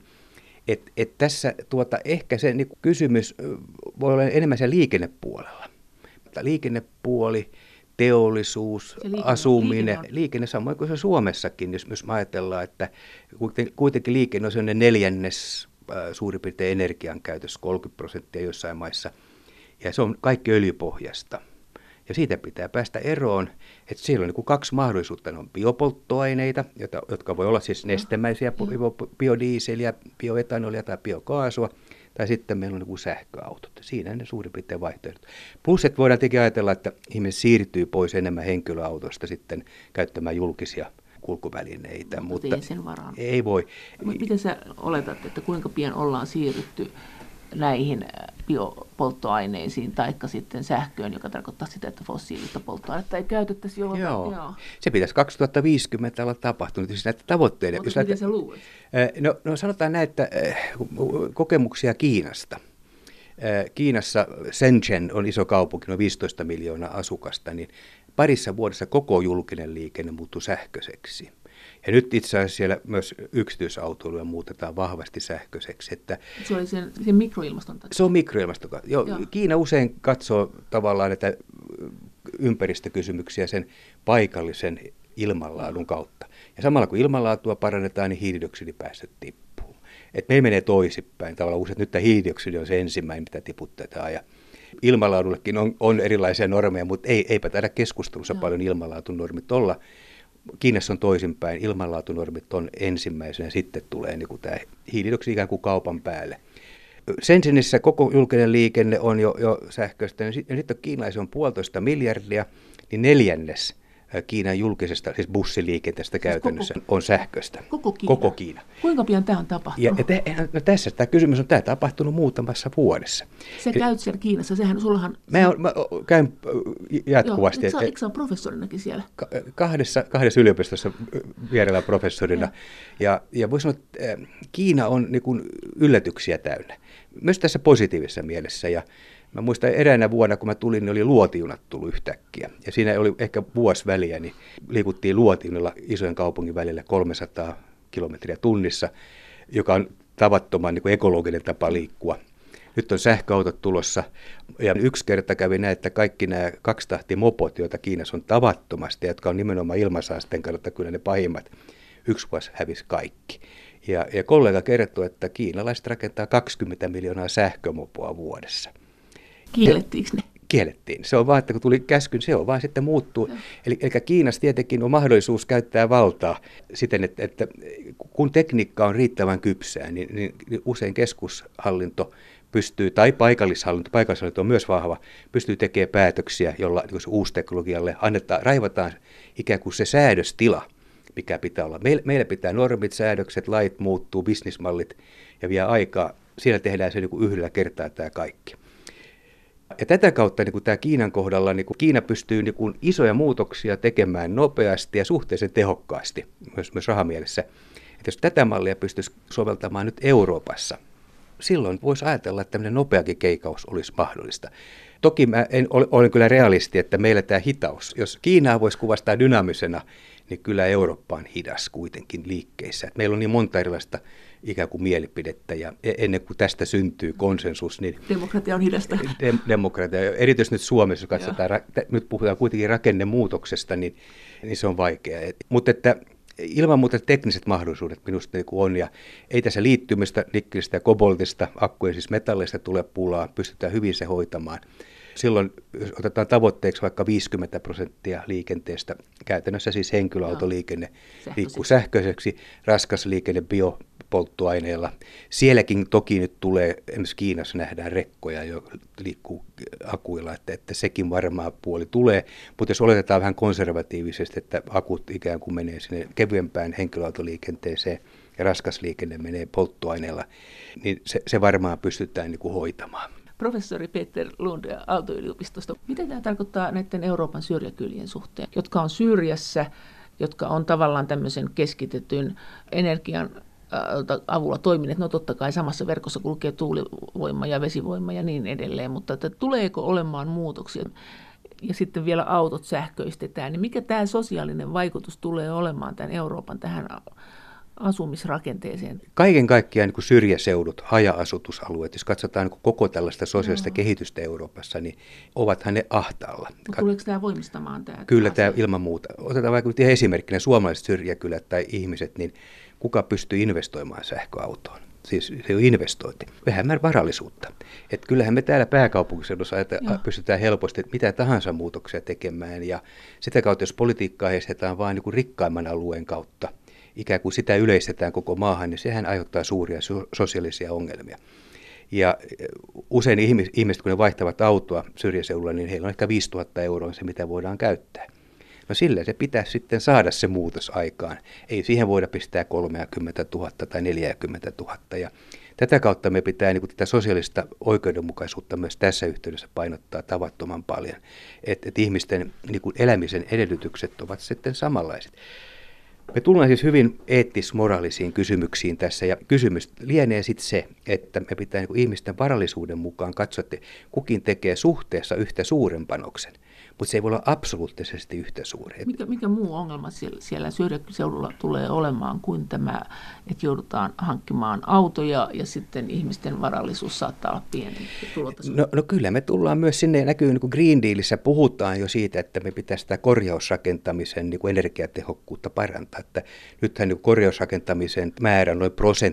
Tässä ehkä se niin kysymys voi olla enemmän siellä liikennepuolella. Liikennepuoli, teollisuus, asuminen, liikenne samoin kuin se Suomessakin, jos me ajatellaan, että kuitenkin liikenne on sellainen neljännes suurin piirtein energiankäytössä, 30% jossain maissa, ja se on kaikki öljypohjasta. Ja siitä pitää päästä eroon, että siellä on niin kuin kaksi mahdollisuutta. Ne on biopolttoaineita, jotka voi olla siis nestemäisiä, biodieseliä, bioetanolia tai biokaasua, tai sitten meillä on niin kuin sähköautot. Siinä ne suurin piirtein vaihtoehdot. Plus, että voidaan tietenkin ajatella, että ihmiset siirtyy pois enemmän henkilöautosta sitten käyttämään julkisia kulkuvälineitä. Mutta ei sen varaan. Ei voi. Miten sä oletat, että kuinka pian ollaan siirrytty näihin biopolttoaineisiin taikka sitten sähköön, joka tarkoittaa sitä, että fossiilista polttoainetta ei käytettäisi jollain. Joo. Se pitäisi 2050 olla tapahtunut, siis näitä tavoitteita. Mutta miten sä luulet? No sanotaan näin, että kokemuksia Kiinasta. Kiinassa Shenzhen on iso kaupunki, noin 15 miljoonaa asukasta, niin parissa vuodessa koko julkinen liikenne muuttui sähköiseksi. Ja nyt itse asiassa siellä myös yksityisautoilua muutetaan vahvasti sähköiseksi. Että se oli sen mikroilmaston takia? Se on mikroilmaston. Joo. Kiina usein katsoo tavallaan näitä ympäristökysymyksiä sen paikallisen ilmanlaadun kautta. Ja samalla kun ilmanlaatua parannetaan, niin hiilidioksidipäästöt tippuu. Et meillä menee toisinpäin. Tavallaan usein, että nyt tämä hiilidioksidi on se ensimmäinen, mitä tiputetaan. Ja ilmanlaadullekin on erilaisia normeja, mutta eipä taida keskustelussa paljon ilmanlaatunormit olla. Kiinassa on toisinpäin, ilmanlaatunormit on ensimmäisenä, sitten tulee niin kuin tämä hiilidioksidi ikään kuin kaupan päälle. Shenzhenissä koko julkinen liikenne on jo sähköistä, ja sitten kiinalaisia on 1,5 miljardia, niin neljännes Kiinan julkisesta, siis bussiliikenteestä käytännössä on sähköistä. Koko Kiina. Kuinka pian tämä on tapahtunut? Tässä tämä kysymys on tapahtunut muutamassa vuodessa. Sä käyt siellä Kiinassa, sullahan... Mä käyn jatkuvasti. Eikö sä ole professorinakin siellä? Kahdessa yliopistossa vierellä professorina. Ja voisi sanoa, että Kiina on niin kuin yllätyksiä täynnä. Myös tässä positiivisessa mielessä. Ja mä muistan eräänä vuonna, kun mä tulin, niin oli luotijunat tullut yhtäkkiä. Ja siinä oli ehkä vuosi väliä, niin liikuttiin luotijunilla isojen kaupungin välillä 300 kilometriä tunnissa, joka on tavattoman niin kuin ekologinen tapa liikkua. Nyt on sähköautot tulossa, ja yksi kerta kävi näin, että kaikki nämä kaksitahtimopot, joita Kiinassa on tavattomasti, jotka on nimenomaan ilmansaasteen kannalta kyllä ne pahimmat, yksi vuosi hävisi kaikki. Ja kollega kertoi, että kiinalaiset rakentaa 20 miljoonaa sähkömopoa vuodessa. Kiellettiinkö ne? Kiellettiin. Se on vaan, että kun tuli käsky, se on vaan sitten muuttuu. Eli Kiinassa tietenkin on mahdollisuus käyttää valtaa siten, että kun tekniikka on riittävän kypsää, niin usein keskushallinto pystyy, tai paikallishallinto on myös vahva, pystyy tekemään päätöksiä, jolla uusteknologialle raivataan ikään kuin se säädöstila, mikä pitää olla. Meillä pitää normit, säädökset, lait muuttuu, bisnismallit ja vie aikaa. Siellä tehdään se niin kuin yhdellä kertaa tämä kaikki. Ja tätä kautta niin kuin tämä Kiinan kohdalla, niin kuin Kiina pystyy niin kuin isoja muutoksia tekemään nopeasti ja suhteellisen tehokkaasti, myös rahamielessä. Että jos tätä mallia pystyisi soveltamaan nyt Euroopassa, silloin voisi ajatella, että tämmöinen nopeakin keikaus olisi mahdollista. Toki olen kyllä realisti, että meillä tämä hitaus, jos Kiinaa voisi kuvastaa dynaamisena, niin kyllä Eurooppa on hidas kuitenkin liikkeissä. Että meillä on niin monta erilaista ikään kuin mielipidettä, ja ennen kuin tästä syntyy konsensus, niin demokratia on hidasta. Demokratia, erityisesti nyt Suomessa, jos katsotaan, nyt puhutaan kuitenkin rakennemuutoksesta, niin se on vaikeaa. Mutta että ilman muuta tekniset mahdollisuudet minusta niin on, ja ei tässä liittymistä, nikkelistä ja koboltista, akkujen siis metalleista tule pulaa, pystytään hyvin se hoitamaan. Silloin, jos otetaan tavoitteeksi vaikka 50% liikenteestä, käytännössä siis henkilöautoliikenne liikkuu sähköiseksi, raskas liikenne biopolttoaineella. Sielläkin toki nyt tulee, esimerkiksi Kiinassa nähdään rekkoja, jo liikkuu akuilla, että sekin varmaan puoli tulee. Mutta jos oletetaan vähän konservatiivisesti, että akut ikään kuin menee sinne kevyempään henkilöautoliikenteeseen ja raskas liikenne menee polttoaineella, niin se varmaan pystytään niin kuin hoitamaan. Professori Peter Lund Aalto-yliopistosta. Mitä tämä tarkoittaa näiden Euroopan syrjäkylien suhteen, jotka on syrjässä, jotka on tavallaan tämmöisen keskitetyn energian avulla toimineet? No totta kai samassa verkossa kulkee tuulivoima ja vesivoima ja niin edelleen, mutta että tuleeko olemaan muutoksia? Ja sitten vielä autot sähköistetään, niin mikä tämä sosiaalinen vaikutus tulee olemaan tämän Euroopan tähän asumisrakenteeseen? Kaiken kaikkiaan niin kuin syrjäseudut, haja-asutusalueet, jos katsotaan niin koko tällaista sosiaalista kehitystä Euroopassa, niin ovathan ne ahtaalla. Tuleeko tämä voimistamaan tämä? Kyllä tämä ilman muuta. Otetaan vaikka ihan esimerkkinä suomalaiset syrjäkylät tai ihmiset, niin kuka pystyy investoimaan sähköautoon? Siis se on investointi. Vähemmän varallisuutta. Että kyllähän me täällä pääkaupunkiseudussa pystytään helposti mitä tahansa muutoksia tekemään, ja sitä kautta, jos politiikkaa heistetaan vain niin kuin rikkaimman alueen kautta, ikään kuin sitä yleistetään koko maahan, niin sehän aiheuttaa suuria sosiaalisia ongelmia. Ja usein ihmiset, kun ne vaihtavat autoa syrjäseudulla, niin heillä on ehkä 5 000 € se, mitä voidaan käyttää. No sillä se pitäisi sitten saada se muutos aikaan. Ei siihen voida pistää 30 000 tai 40 000. Ja tätä kautta me pitää niin kuin tätä sosiaalista oikeudenmukaisuutta myös tässä yhteydessä painottaa tavattoman paljon. Että ihmisten niin kuin elämisen edellytykset ovat sitten samanlaiset. Me tullaan siis hyvin eettis-moraalisiin kysymyksiin tässä, ja kysymys lienee sitten se, että me pitää niin kuin ihmisten varallisuuden mukaan katsoa, että kukin tekee suhteessa yhtä suuren panoksen, mutta se ei voi olla absoluuttisesti yhtä suuri. Mikä muu ongelma siellä syrjäseudulla tulee olemaan kuin tämä, että joudutaan hankkimaan autoja ja sitten ihmisten varallisuus saattaa olla pieni? No kyllä me tullaan myös sinne, näkyy niin kuin Green Dealissä puhutaan jo siitä, että me pitäisi sitä korjausrakentamisen niin kuin energiatehokkuutta parantaa. Että nythän niin korjausrakentamisen määrä on noin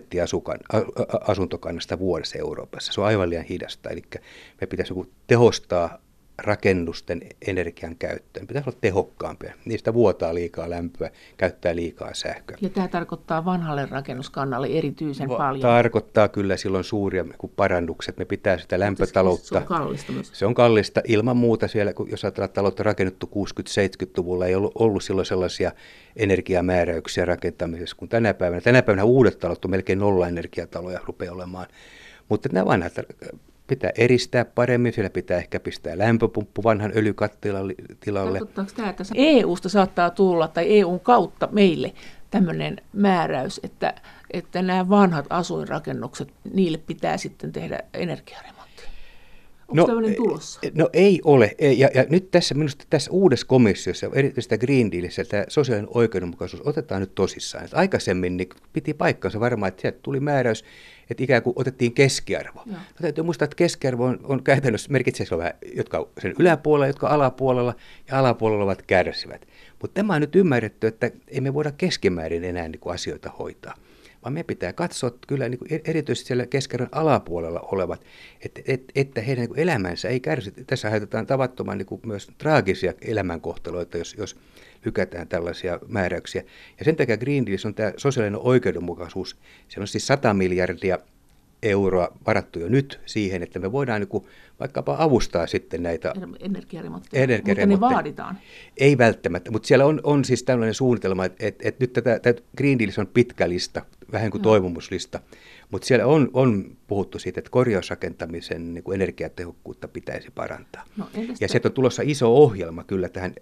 1% asuntokannasta vuodessa Euroopassa. Se on aivan liian hidasta, eli me pitäisi niin kuin tehostaa rakennusten energian käyttöön. Pitäisi olla tehokkaampia. Niistä vuotaa liikaa lämpöä, käyttää liikaa sähköä. Ja tämä tarkoittaa vanhalle rakennuskannalle erityisen paljon. Tarkoittaa kyllä silloin suuria parannukset. Me pitää sitä lämpötaloutta. Se on kallista myös. Se on kallista. Ilman muuta siellä, jos ajatellaan taloutta rakennettu 60-70-luvulla, ei ollut silloin sellaisia energiamääräyksiä rakentamisessa kuin tänä päivänä. Tänä päivänä uudet talot on melkein nollaenergiataloja rupeaa olemaan. Mutta nämä vanhat pitää eristää paremmin, siellä pitää ehkä pistää lämpöpumppu vanhan öljykattilan tilalle. Tarkoittaako tämä, että EUsta saattaa tulla tai EUn kautta meille tämmöinen määräys, että nämä vanhat asuinrakennukset, niille pitää sitten tehdä energiaremonttia? Onko tämmöinen tulossa? No ei ole. Ja nyt minusta tässä uudessa komissiossa, erityisesti Green Dealissa, tämä sosiaalinen oikeudenmukaisuus otetaan nyt tosissaan. Että aikaisemmin niin piti paikkansa varmaan, että sieltä tuli määräys, että ikään kuin otettiin keskiarvo. No, täytyy muistaa, että keskiarvo on käytännössä merkitsee jotka sen yläpuolella, jotka alapuolella ja alapuolella ovat kärsivät. Mutta tämä on nyt ymmärretty, että ei me voida keskimäärin enää niin kuin asioita hoitaa, vaan me pitää katsoa kyllä niin kuin erityisesti siellä keskiarvon alapuolella olevat, että heidän niin kuin elämänsä ei kärsi. Tässä aiheutetaan tavattoman niin kuin myös traagisia elämänkohtaloita, jos lykätään tällaisia määräyksiä. Ja sen takia Green Dealissa on tämä sosiaalinen oikeudenmukaisuus. Siellä on siis 100 miljardia euroa varattu jo nyt siihen, että me voidaan niin kuin vaikkapa avustaa sitten näitä energiaremontteja. Mutta ne vaaditaan. Ei välttämättä, mutta siellä on siis tällainen suunnitelma, että nyt tämä Green Dealissa on pitkä lista, vähän kuin toivomuslista, mutta siellä on puhuttu siitä, että korjausrakentamisen niin kuin energiatehokkuutta pitäisi parantaa. No, ja sieltä on tulossa iso ohjelma kyllä tähän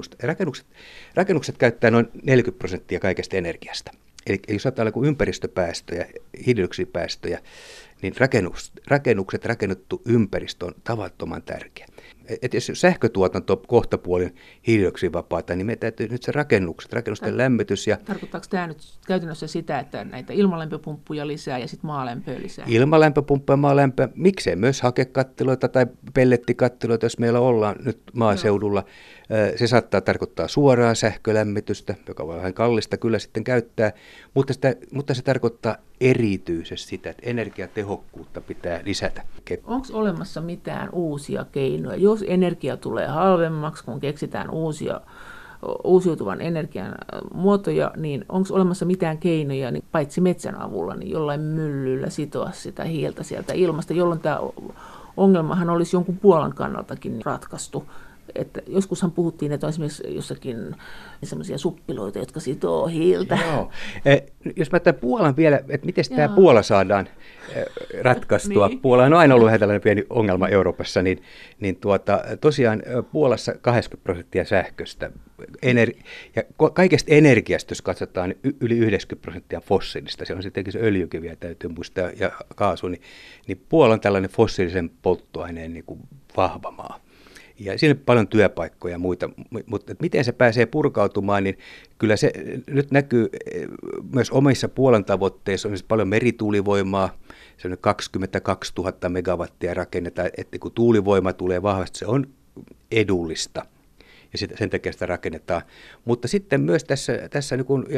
rakennukset käyttää noin 40% kaikesta energiasta. Eli jos ajatellaan kuin ympäristöpäästöjä, hiilidioksidipäästöjä, niin rakennukset rakennettu ympäristö on tavattoman tärkeä. Et jos sähkötuotanto on kohtapuolin hiilidioksidivapaata, niin me täytyy nyt se rakennusten lämmitys. Tarkoittaako tämä nyt käytännössä sitä, että näitä ilmalämpöpumppuja lisää ja sitten maalämpöä lisää? Ilmalämpöpumppuja, maalämpöä, miksei myös hakekattiloita tai pellettikattiloita, jos meillä ollaan nyt maaseudulla. Se saattaa tarkoittaa suoraa sähkölämmitystä, joka voi vähän kallista kyllä sitten käyttää, mutta se tarkoittaa erityisesti sitä, että energiatehokkuutta pitää lisätä. Onko olemassa mitään uusia keinoja? Jos energia tulee halvemmaksi, kun keksitään uusia uusiutuvan energian muotoja, niin onko olemassa mitään keinoja, niin paitsi metsän avulla, niin jollain myllyllä sitoa sitä hiiltä sieltä ilmasta, jolloin tämä ongelmahan olisi jonkun Puolan kannaltakin ratkaistu. Että joskushan puhuttiin, että on esimerkiksi jossakin sellaisia suppiloita, jotka sitoo hiiltä. Joo. Jos mä otan Puolan vielä, että miten tämä Puola saadaan ratkaistua. Niin. Puola on aina ollut tällainen pieni ongelma Euroopassa, niin tosiaan Puolassa 80% sähköstä ja kaikesta energiasta, jos katsotaan, niin yli 90% fossiilista. Siellä on sittenkin se öljykiviä, täytyy muistaa, ja kaasu, niin Puola on tällainen fossiilisen polttoaineen niin kuin vahva maa. Ja siinä on paljon työpaikkoja ja muita, mutta miten se pääsee purkautumaan, niin kyllä se nyt näkyy myös omissa Puolan tavoitteissa, on paljon merituulivoimaa, se on 22 000 megawattia rakennetaan, että kun tuulivoima tulee vahvasti, se on edullista. Ja sen takia sitä rakennetaan. Mutta sitten myös tässä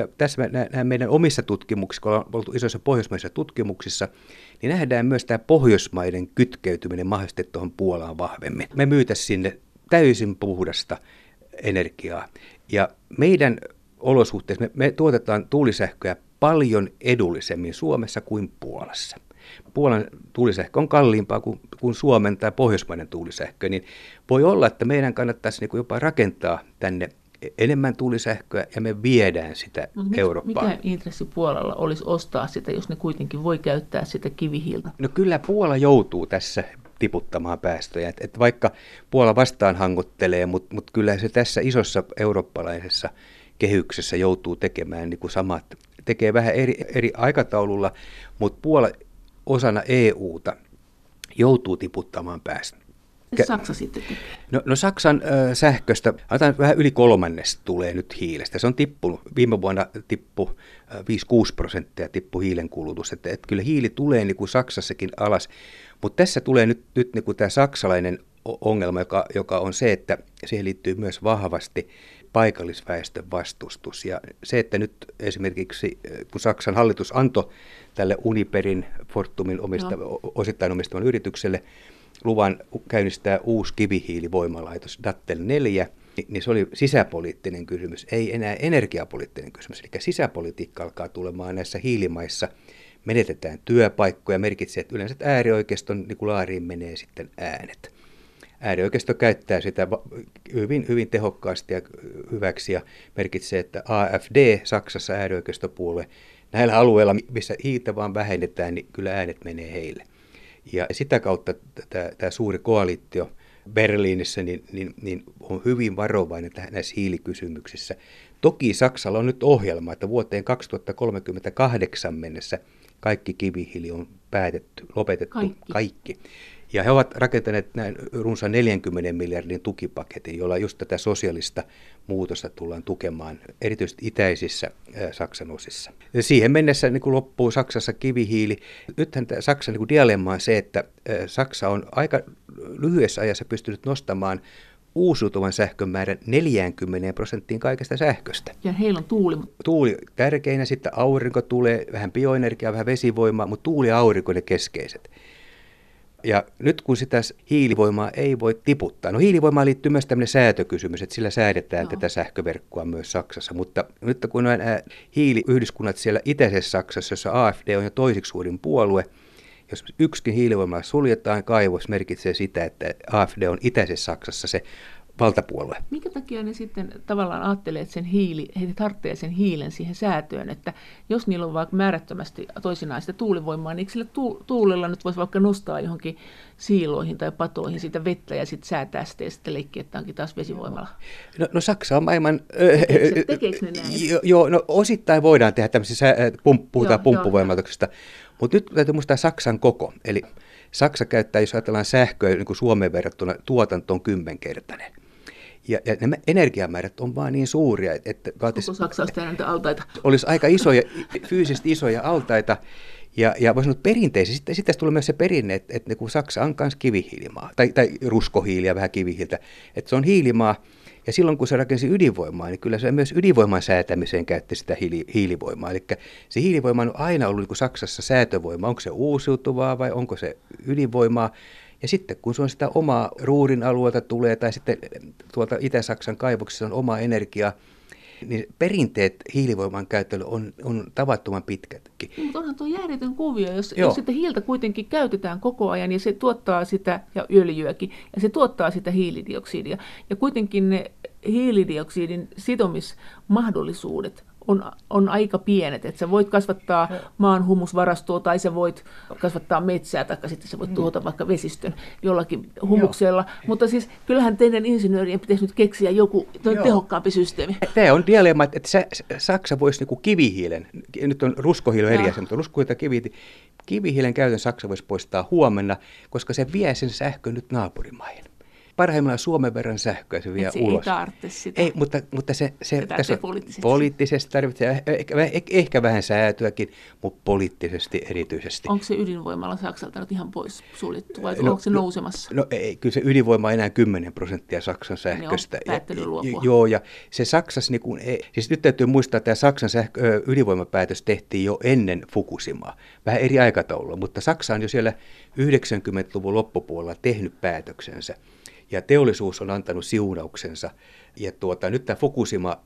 meidän omissa tutkimuksissa, kun ollaan oltu isoissa pohjoismaisissa tutkimuksissa, niin nähdään myös tämä pohjoismaiden kytkeytyminen mahdollisesti tuohon Puolaan vahvemmin. Me myytäisiin sinne täysin puhdasta energiaa. Ja meidän olosuhteissa me tuotetaan tuulisähköä paljon edullisemmin Suomessa kuin Puolassa. Puolan tuulisähkö on kalliimpaa kuin Suomen tai pohjoismainen tuulisähkö, niin voi olla, että meidän kannattaisi jopa rakentaa tänne enemmän tuulisähköä ja me viedään sitä Eurooppaan. Mikä intressi Puolalla olisi ostaa sitä, jos ne kuitenkin voi käyttää sitä kivihiiltä? No kyllä Puola joutuu tässä tiputtamaan päästöjä. Et vaikka Puola vastaan hangottelee, mutta kyllä se tässä isossa eurooppalaisessa kehyksessä joutuu tekemään niin kuin samat. Tekee vähän eri aikataululla, mutta Puola osana EUta joutuu tiputtamaan päästöjä. Saksa sitten tekee? No Saksan sähköstä, vähän yli 1/3 tulee nyt hiilestä. Se on tippunut, viime vuonna tippui 5-6% tippui hiilen kulutus. Että kyllä hiili tulee niin kuin Saksassakin alas, mutta tässä tulee nyt niin kuin tämä saksalainen ongelma, joka on se, että siihen liittyy myös vahvasti paikallisväestön vastustus. Ja se, että nyt esimerkiksi kun Saksan hallitus antoi tälle Uniperin, Fortumin osittain omistavan yritykselle luvan käynnistää uusi kivihiilivoimalaitos Dattel 4, niin se oli sisäpoliittinen kysymys, ei enää energiapoliittinen kysymys. Eli sisäpolitiikka alkaa tulemaan näissä hiilimaissa, menetetään työpaikkoja, merkitsee, että yleensä äärioikeiston niin kuin laariin menee sitten äänet. Äärioikeisto käyttää sitä hyvin, hyvin tehokkaasti ja hyväksi ja merkitsee, että AfD, Saksassa äärioikeistopuolue, näillä alueilla, missä hiiltä vaan vähennetään, niin kyllä äänet menee heille. Ja sitä kautta tämä suuri koalitio Berliinissä niin on hyvin varovainen näissä hiilikysymyksissä. Toki Saksalla on nyt ohjelma, että vuoteen 2038 mennessä kaikki kivihiili on päätetty, lopetettu kaikki. Ja he ovat rakentaneet näin runsaan 40 miljardin tukipaketin, jolla just tätä sosiaalista muutosta tullaan tukemaan, erityisesti itäisissä Saksan osissa. Ja siihen mennessä niin kuin loppuu Saksassa kivihiili. Nythän Saksan niin kuin dilemma on se, että Saksa on aika lyhyessä ajassa pystynyt nostamaan uusiutuvan sähkön määrän 40% kaikesta sähköstä. Ja heillä on tuuli. Tuuli tärkeinä, sitten aurinko tulee, vähän bioenergiaa, vähän vesivoimaa, mutta tuuli ja aurinko ne keskeiset. Ja nyt kun sitä hiilivoimaa ei voi tiputtaa, no hiilivoimaan liittyy myös tämmöinen säätökysymys, että sillä säädetään tätä sähköverkkoa myös Saksassa, mutta nyt kun on nämä hiiliyhdyskunnat siellä itäisessä Saksassa, jossa AfD on jo toiseksi suurin puolue, jos yksikin hiilivoimalla suljetaan, kaivos merkitsee sitä, että AfD on itäisessä Saksassa se valtapuolue. Minkä takia ne sitten tavallaan ajattelee, että he tarvitsee sen hiilen siihen säätöön, että jos niillä on vaikka määrättömästi toisinaan sitä tuulivoimaa, niin eikö sillä tuulella nyt voisi vaikka nostaa johonkin siiloihin tai patoihin siitä vettä ja sitten säätää sitä ja sitten leikkiä, että onkin taas vesivoimalla? No Saksa on maailman... Tekeekö ne näin? Joo, no osittain voidaan tehdä tämmöisiä, puhutaan pumppuvoimatuksesta, mutta nyt täytyy muistaa Saksan koko. Eli Saksa käyttää, jos ajatellaan sähköä niin kuin Suomeen verrattuna, tuotanto on 10-kertainen. Ja nämä energiamäärät on vaan niin suuria, että koko Saksasta ei näitä altaita. Olisi aika isoja, fyysisesti isoja altaita. Ja voisi sanoa perinteisesti, sitten tässä tulee myös se perinne, että kun Saksa on myös kivihiilimaa, tai ruskohiili ja vähän kivihiiltä, että se on hiilimaa. Ja silloin kun se rakensi ydinvoimaa, niin kyllä se myös ydinvoiman säätämiseen käytti sitä hiilivoimaa. Eli se hiilivoima on aina ollut niin kuin Saksassa säätövoima, onko se uusiutuvaa vai onko se ydinvoimaa. Ja sitten kun se on sitä omaa Ruurin alueelta tulee tai sitten tuolta Itä-Saksan kaivoksissa on omaa energiaa, niin perinteet hiilivoiman käytölle on tavattoman pitkätkin. Mutta onhan tuo järjetön kuvio, jos sitä hiiltä kuitenkin käytetään koko ajan ja se tuottaa sitä, ja öljyäkin, ja se tuottaa sitä hiilidioksidia. Ja kuitenkin ne hiilidioksidin sitomismahdollisuudet on aika pienet, että sä voit kasvattaa maan humusvarastoa tai sä voit kasvattaa metsää tai sitten sä voit tuhota vaikka vesistön jollakin humuksella, mutta siis kyllähän teidän insinöörien pitäisi nyt keksiä joku tehokkaampi systeemi. Tämä on dilemma, että Saksa voisi niinku kivihiilen, nyt on ruskohiili eri asia, mutta ruskohiili ja kivihiilen käytön Saksa voisi poistaa huomenna, koska se vie sen sähkön nyt naapurimaihin. Parhaimmillaan Suomen verran sähköä se vie ulos. Ei tarvitse sitä. Ei, mutta se tässä poliittisesti tarvitsee ehkä vähän säätöäkin, mutta poliittisesti erityisesti. Onko se ydinvoimalla Saksalta nyt ihan pois suljettu vai onko se nousemassa? No ei, kyllä se ydinvoima on enää 10% Saksan sähköstä. Ne on päättänyt luopua. Joo, ja se Saksassa, siis nyt täytyy muistaa, että tämä Saksan ydinvoimapäätös tehtiin jo ennen Fukushimaa. Vähän eri aikataululla, mutta Saksa on jo siellä 90-luvun loppupuolella tehnyt päätöksensä. Ja teollisuus on antanut siunauksensa. Ja nyt tämä Fukushima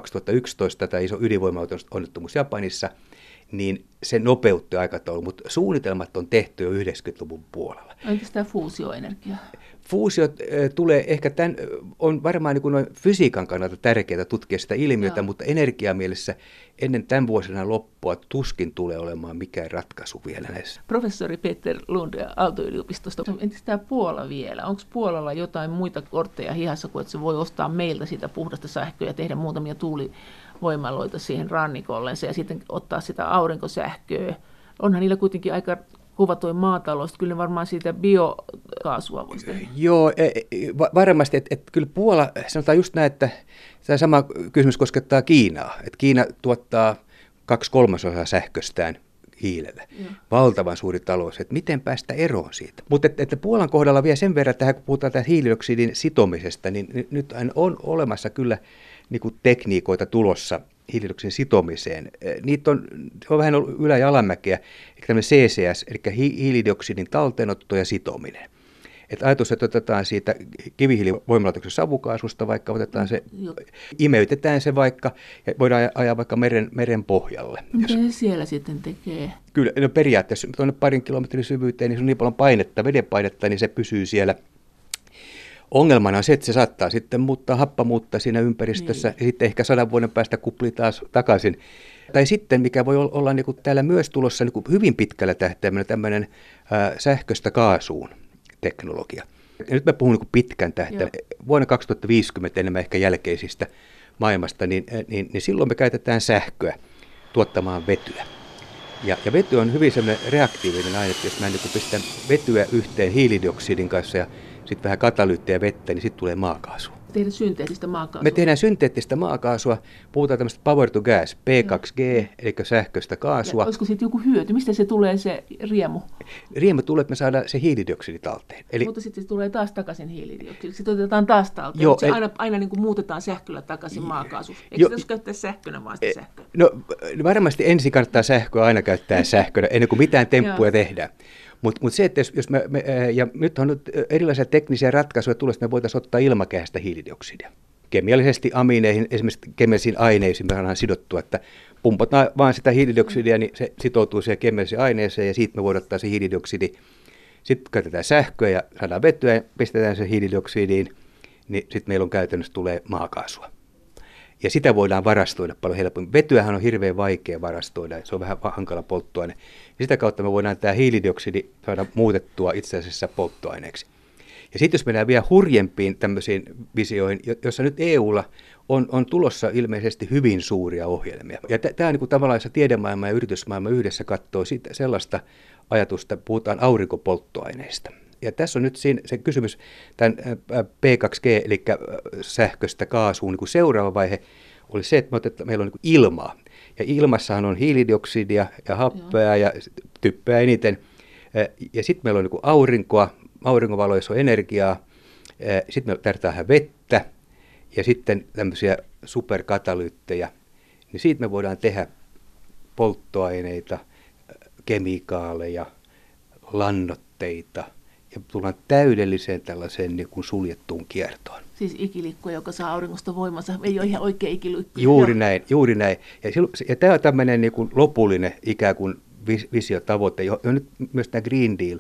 2011, tämä iso ydinvoimaonnettomuus Japanissa, niin se nopeutti aikataulu, mutta suunnitelmat on tehty jo 90-luvun puolella. Entäs tämä fuusioenergia? Fuusio tulee ehkä on varmaan niin noin fysiikan kannalta tärkeää tutkia sitä ilmiötä, mutta energiamielessä ennen tämän vuosina loppua tuskin tulee olemaan mikään ratkaisu vielä näissä. Professori Peter Lund Aalto-yliopistosta. Entäs tämä Puola vielä? Onko Puolalla jotain muita kortteja hihassa kuin että se voi ostaa meiltä sitä puhdasta sähköä ja tehdä muutamia tuulivoimaloita siihen rannikollensa ja sitten ottaa sitä aurinkosähköä? Onhan niillä kuitenkin aika kova tuo maatalous, kyllä varmaan siitä biokaasua voisi tehdä. Joo, varmasti, että kyllä Puola, sanotaan just näin, että tämä sama kysymys koskettaa Kiinaa, että Kiina tuottaa 2/3 sähköstään hiilellä. Valtavan suuri talous, että miten päästä eroon siitä. Mutta että Puolan kohdalla vielä sen verran, että kun puhutaan tästä hiilidioksidin sitomisesta, niin nyt on olemassa kyllä niin kuin tekniikoita tulossa hiilidioksidin sitomiseen. Niitä on vähän ollut ylä- ja alamäkeä, eli tämmöinen CCS, eli hiilidioksidin talteenotto ja sitominen. Että ajatus, että otetaan siitä kivihiilivoimalaitoksen savukaasusta, vaikka otetaan se, imeytetään se vaikka, ja voidaan ajaa vaikka meren pohjalle. Mitä se siellä sitten tekee? Kyllä, no periaatteessa tuonne 2 kilometrin syvyyteen, niin se on niin paljon painetta, vedenpainetta, niin se pysyy siellä. Ongelmana on se, että se saattaa sitten happamuuttaa siinä ympäristössä, ja sitten ehkä 100 vuoden päästä kuplii taas takaisin. Tai sitten, mikä voi olla niin kuin täällä myös tulossa niin kuin hyvin pitkällä tähtäimellä tämmöinen sähköstä kaasuun teknologia. Ja nyt mä puhun niin pitkän tähtäimen. Vuonna 2050 enemmän ehkä jälkeisistä maailmasta, niin silloin me käytetään sähköä tuottamaan vetyä. Ja vety on hyvin sellainen reaktiivinen aine, että jos mä niin pistän vetyä yhteen hiilidioksidin kanssa ja sitten vähän katalyyttiä vettä, niin sitten tulee maakaasua. Tehdään synteettistä maakaasua? Me tehdään synteettistä maakaasua, puhutaan tämmöistä power to gas, P2G, eli sähköistä kaasua. Ja olisiko siitä joku hyöty? Mistä se tulee se riemu? Riemu tulee, että me saadaan se hiilidioksidi talteen. Mutta sitten se tulee taas takaisin hiilidioksidi. Sitten otetaan taas talteen. Joo, se aina niin kuin muutetaan sähköllä takaisin maakaasuun. Eikö se käyttää sähkönä vaan sitä sähköä? No varmasti ensin kannattaa sähköä aina käyttää sähkönä, ennen kuin mitään temppuja tehdään. Mutta se, että jos ja nyt on erilaisia teknisiä ratkaisuja tullut, että me voitaisiin ottaa ilmakehästä hiilidioksidia. Kemiallisesti amiineihin, esimerkiksi kemiallisiin aineisiin me saadaan sidottua, että pumpataan vaan sitä hiilidioksidia, niin se sitoutuu siihen kemialliseen aineeseen ja siitä me voidaan ottaa se hiilidioksidi. Sitten käytetään sähköä ja saadaan vetyä ja pistetään se hiilidioksidiin, niin sitten meillä on käytännössä tulee maakaasua. Ja sitä voidaan varastoida paljon helpommin. Vetyähän on hirveän vaikea varastoida, se on vähän hankala polttoaine. Ja sitä kautta me voidaan tämä hiilidioksidi saada muutettua itse asiassa polttoaineeksi. Ja sitten jos mennään vielä hurjempiin tämmöisiin visioihin, jossa nyt EUlla on tulossa ilmeisesti hyvin suuria ohjelmia. Ja tämä on niin kuin tavallaan, jossa tiedemaailma ja yritysmaailma yhdessä katsoo sellaista ajatusta, puhutaan aurinkopolttoaineista. Ja tässä on nyt se kysymys, tämän P2G, eli sähköstä kaasuun, niin kuin seuraava vaihe oli se, että meillä on niin kuin ilmaa. Ja ilmassahan on hiilidioksidia ja happea ja typpeä eniten. Ja sitten meillä on niin kuin aurinkoa, aurinkovaloissa on energiaa. Sitten me tarvitaan vettä ja sitten tämmöisiä superkatalyyttejä. Niin siitä me voidaan tehdä polttoaineita, kemikaaleja, lannoitteita. Ja tullaan täydelliseen tällaiseen niin kuin suljettuun kiertoon. Siis ikiliikkuja, joka saa auringosta voimansa. Ei ole ihan oikea ikiliikku. Juuri näin. Ja tämä on tämmöinen niin kuin lopullinen ikään kuin visiotavoite, jo nyt myös tämä Green Deal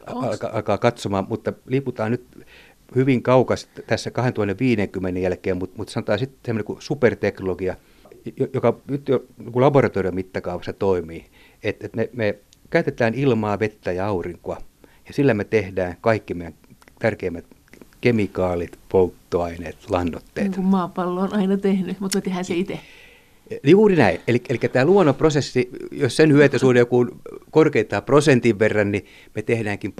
alkaa katsomaan, mutta liiputaan nyt hyvin kaukas tässä 2050 jälkeen, mutta sanotaan sitten semmoinen kuin superteknologia, joka nyt jo laboratorion mittakaavassa toimii, että me käytetään ilmaa, vettä ja aurinkoa. Ja sillä me tehdään kaikki meidän tärkeimmät kemikaalit, polttoaineet, lannoitteet. Niin kuin maapallo on aina tehnyt, mutta me tehdään se itse. Juuri näin. Eli tämä luonnon prosessi, jos sen hyötysuhde joku korkeintaan prosentin verran, niin me tehdäänkin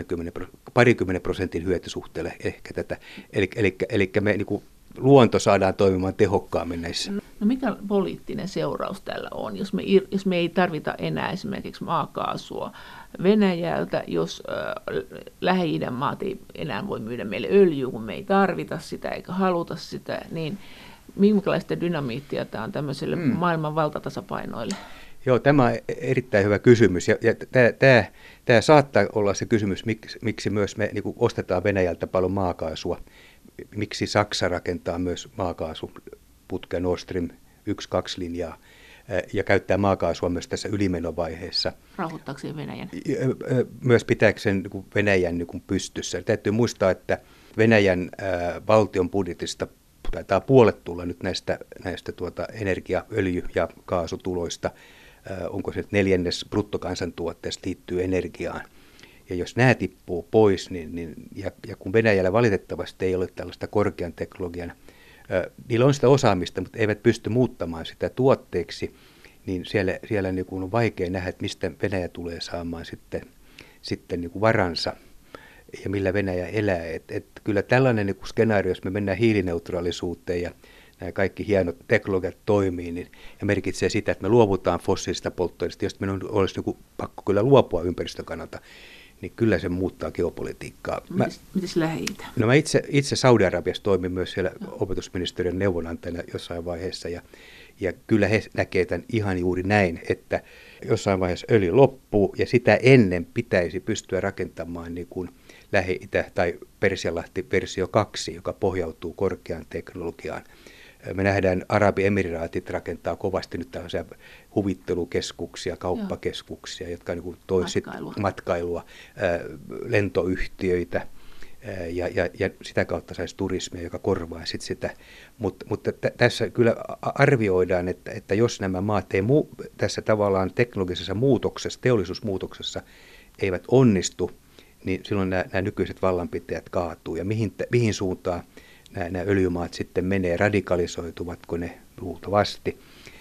20% hyötysuhteelle ehkä tätä. Eli me niin kuin luonto saadaan toimimaan tehokkaammin näissä. No mikä poliittinen seuraus tällä on, jos me ei tarvita enää esimerkiksi maakaasua Venäjältä, jos Lähi-idän maat ei enää voi myydä meille öljyä, kun me ei tarvita sitä eikä haluta sitä, niin minkälaista dynamiittia tämä on tämmöiselle maailman valtatasapainoille? Joo, tämä on erittäin hyvä kysymys ja tämä saattaa olla se kysymys, miksi myös me niin kuin ostetaan Venäjältä paljon maakaasua. Miksi Saksa rakentaa myös maakaasuputken Nord Stream 1-2-linjaa ja käyttää maakaasua myös tässä ylimenovaiheessa. Rauhoittaakseen Venäjän? Myös pitääkseen Venäjän pystyssä. Täytyy muistaa, että Venäjän valtion budjetista taitaa puolet tulla nyt näistä energia-, öljy- ja kaasutuloista. Onko se 1/4 bruttokansantuotteesta liittyy energiaan. Ja jos nämä tippuu pois, ja kun Venäjällä valitettavasti ei ole tällaista korkean teknologian, niillä on sitä osaamista, mutta eivät pysty muuttamaan sitä tuotteeksi, niin siellä niin kuin on vaikea nähdä, että mistä Venäjä tulee saamaan sitten niin kuin varansa ja millä Venäjä elää. Et kyllä tällainen niin kuin skenaario, jos me mennään hiilineutraalisuuteen ja nämä kaikki hienot teknologiat toimii, niin ja merkitsee sitä, että me luovutaan fossiilisista polttoaineista, josta meidän olisi niin kuin pakko kyllä luopua ympäristön kannalta, niin kyllä se muuttaa geopolitiikkaa. Mites Lähi-itä? No mä itse Saudi-Arabiassa toimin myös siellä opetusministeriön neuvonantajana jossain vaiheessa, ja kyllä he näkevät tämän ihan juuri näin, että jossain vaiheessa öljy loppuu, ja sitä ennen pitäisi pystyä rakentamaan niin kuin Lähi-itä tai Persianlahti versio 2, joka pohjautuu korkeaan teknologiaan. Me nähdään Arabiemiraatit rakentaa kovasti nyt tällaisia huvittelukeskuksia, kauppakeskuksia, jotka niin matkailua, lentoyhtiöitä ja sitä kautta saisi turismia, joka korvaa sitä. Mutta tässä kyllä arvioidaan, että jos nämä maat ei tässä tavallaan teknologisessa muutoksessa, teollisuusmuutoksessa eivät onnistu, niin silloin nämä nykyiset vallanpitäjät kaatuu. Ja mihin suuntaan nämä öljymaat sitten menee, radikalisoituvatko ne luultavasti,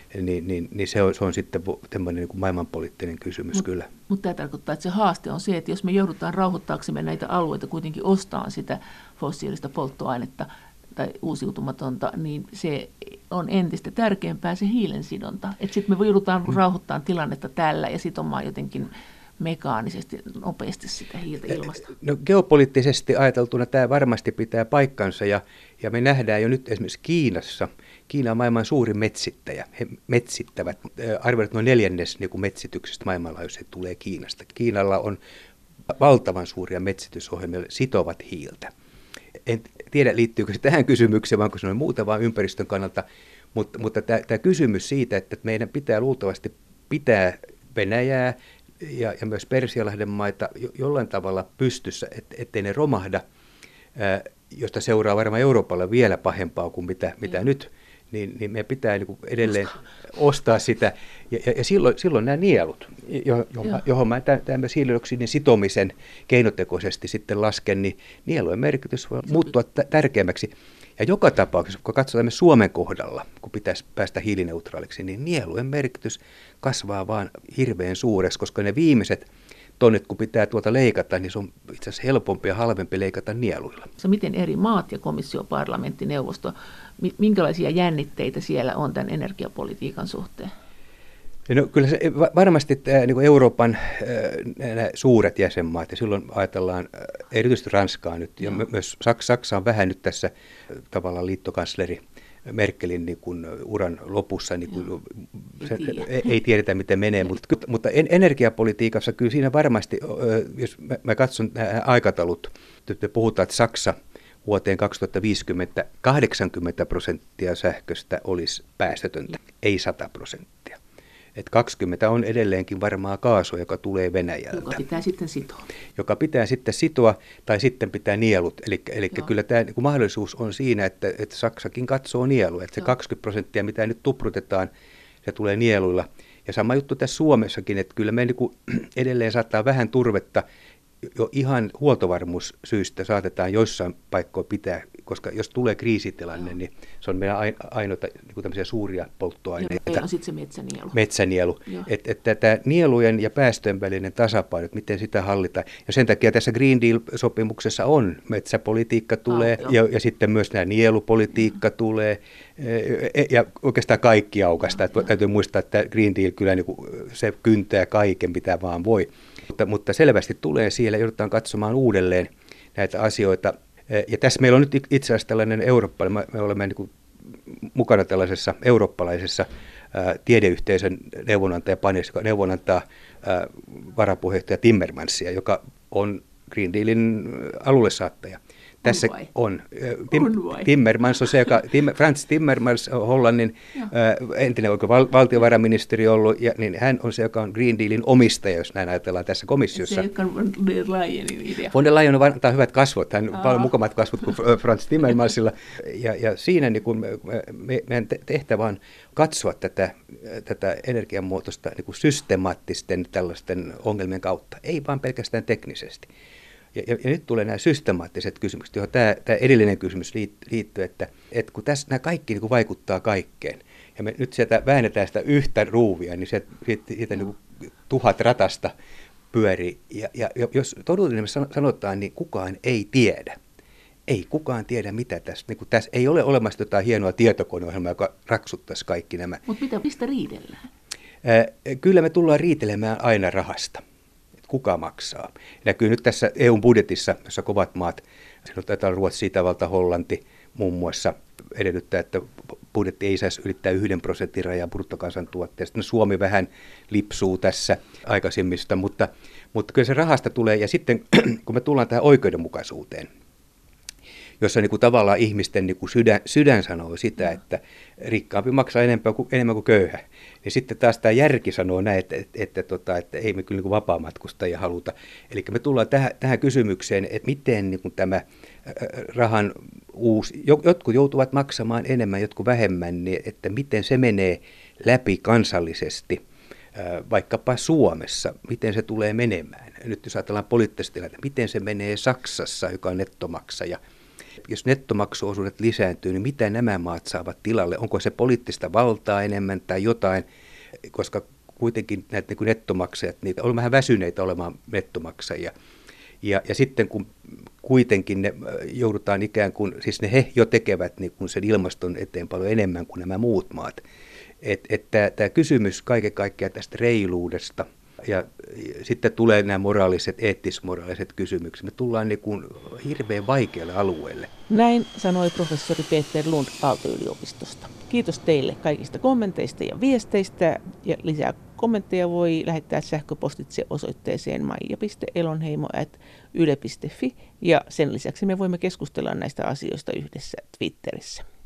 niin se on sitten tämmöinen niin kuin maailmanpoliittinen kysymys kyllä. Mutta tämä tarkoittaa, että se haaste on se, että jos me joudutaan rauhoittaaksemme näitä alueita kuitenkin ostamaan sitä fossiilista polttoainetta tai uusiutumatonta, niin se on entistä tärkeämpää se hiilensidonta. Että sitten me joudutaan rauhoittamaan tilannetta tällä ja sitomaan jotenkin mekaanisesti, nopeasti sitä hiiltä ilmasta. No, geopoliittisesti ajateltuna tämä varmasti pitää paikkansa ja me nähdään jo nyt esimerkiksi Kiinassa. Kiina on maailman suurin metsittäjä. He metsittävät, arvioidaan noin 1/4 niin kuin metsityksestä maailmanlaajuisesti tulee Kiinasta. Kiinalla on valtavan suuria metsitysohjelmia, sitovat hiiltä. En tiedä, liittyykö se tähän kysymykseen, vai onko se noin muuta vaan ympäristön kannalta, mutta tämä kysymys siitä, että meidän pitää luultavasti pitää Venäjää ja myös Persialahden maita jollain tavalla pystyssä, ettei ne romahda, josta seuraa varmaan Euroopalle vielä pahempaa kuin mitä nyt, niin meidän pitää niin kuin edelleen ostaa sitä. Ja silloin nämä nielut, johon mä tämän hiilidioksidin sitomisen keinotekoisesti sitten lasken, niin nielujen merkitys voi muuttua tärkeämmäksi. Ja joka tapauksessa, kun katsotaan Suomen kohdalla, kun pitäisi päästä hiilineutraaliksi, niin nielujen merkitys kasvaa vaan hirveän suureksi, koska ne viimeiset tonnit, kun pitää tuota leikata, niin se on itse asiassa helpompi ja halvempi leikata nieluilla. Miten eri maat ja komissio, parlamentti, neuvosto, minkälaisia jännitteitä siellä on tämän energiapolitiikan suhteen? No, kyllä se varmasti niin Euroopan nämä suuret jäsenmaat, ja silloin ajatellaan erityisesti Ranskaa nyt, ja myös Saksa on vähän nyt tässä tavallaan liittokansleri Merkelin niin kuin uran lopussa, niin kuin ei tiedetä miten menee, mutta energiapolitiikassa kyllä siinä varmasti, jos mä katson nämä aikataulut, että puhutaan, että Saksa vuoteen 2050 80% sähköstä olisi päästötöntä, ei 100%. Että 20 on edelleenkin varmaa kaasua, joka tulee Venäjältä. Joka pitää sitten sitoa, tai sitten pitää nielut. Eli kyllä tämä niin kuin mahdollisuus on siinä, että Saksakin katsoo nielua. Että se 20%, mitä nyt tuprutetaan, se tulee nieluilla. Ja sama juttu tässä Suomessakin, että kyllä me niin kuin edelleen saattaa vähän turvetta, jo ihan huoltovarmuussyistä saatetaan joissain paikkoja pitää, koska jos tulee kriisitilanne, niin se on meidän ainoita niin tämmöisiä suuria polttoaineita. Ja sitten se metsänielu. Metsänielu. Että tämä nielujen ja päästöjen välinen tasapaino, miten sitä hallitaan. Ja sen takia tässä Green Deal-sopimuksessa on metsäpolitiikka tulee ja sitten myös nämä nielupolitiikka tulee ja oikeastaan kaikki aukasta. Täytyy muistaa, että Green Deal kyllä niin kuin, se kyntää kaiken, mitä vaan voi. Mutta selvästi tulee siellä, joudutaan katsomaan uudelleen näitä asioita. Ja tässä meillä on nyt itse asiassa tällainen eurooppalainen, me olemme niin kuin mukana tällaisessa eurooppalaisessa tiedeyhteisön neuvonantajapaneelissa, joka neuvonantaa varapuheenjohtaja Timmermansia, joka on Green Dealin alulle saattaja. Tässä on. Timmermans on se, joka, Frans Timmermans, Hollannin entinen valtiovarainministeri ollut, ja niin hän on se, joka on Green Dealin omistaja, jos näin ajatellaan tässä komissiossa. Se, joka on von der Leyenin idea. Von der Leyen on antaa hyvät kasvot, hän on paljon mukavammat kasvot kuin Frans Timmermansilla, ja siinä niin kun meidän tehtävä on katsoa tätä energiamuotoista niin kuin systemaattisten tällaisten ongelmien kautta, ei vaan pelkästään teknisesti. Ja nyt tulee nämä systemaattiset kysymykset, johon tämä edellinen kysymys liittyy, että kun tässä nämä kaikki niin kuin vaikuttaa kaikkeen, ja me nyt sieltä väännetään sitä yhtä ruuvia, niin siitä niin kuin 1000 ratasta pyörii. Ja jos todellisesti sanotaan, niin kukaan ei tiedä. Ei kukaan tiedä, mitä tässä. Niin kuin tässä ei ole olemassa jotain hienoa tietokoneohjelmaa, joka raksuttaisi kaikki nämä. Mutta mistä riidellään? Kyllä me tullaan riitelemään aina rahasta. Kuka maksaa. Näkyy nyt tässä EU-budjetissa, jossa kovat maat, taitaa Ruotsi, Itävalta, Hollanti muun muassa edellyttää, että budjetti ei saisi ylittää 1% rajaa bruttokansantuotteesta. No, Suomi vähän lipsuu tässä aikaisemmista, mutta kyllä se rahasta tulee. Ja sitten kun me tullaan tähän oikeudenmukaisuuteen, jossa niin kuin tavallaan ihmisten niin kuin sydän sanoo sitä, että rikkaampi maksaa enemmän kuin köyhä. Ja sitten taas tämä järki sanoo näin, että ei me kyllä niin kuin vapaamatkustajia haluta. Eli me tullaan tähän kysymykseen, että miten niin kuin tämä rahan jotkut joutuvat maksamaan enemmän, jotkut vähemmän, niin että miten se menee läpi kansallisesti, vaikkapa Suomessa, miten se tulee menemään. Nyt jos ajatellaan poliittista tilannetta, miten se menee Saksassa, joka on nettomaksaja. Jos nettomaksuosuudet lisääntyy, niin mitä nämä maat saavat tilalle? Onko se poliittista valtaa enemmän tai jotain? Koska kuitenkin näitä niin nettomaksajat, niitä on vähän väsyneitä olemaan nettomaksajia. Ja sitten kun kuitenkin ne joudutaan ikään kuin, siis he jo tekevät niin kuin sen ilmaston eteen paljon enemmän kuin nämä muut maat. Että tämä kysymys kaiken kaikkiaan tästä reiluudesta ja sitten tulee nämä eettis-moraaliset kysymykset. Me tullaan niin kuin hirveän vaikealle alueelle. Näin sanoi professori Peter Lund Aalto-yliopistosta. Kiitos teille kaikista kommenteista ja viesteistä. Ja lisää kommentteja voi lähettää sähköpostitse osoitteeseen maija.elonheimo@yle.fi. Ja sen lisäksi me voimme keskustella näistä asioista yhdessä Twitterissä.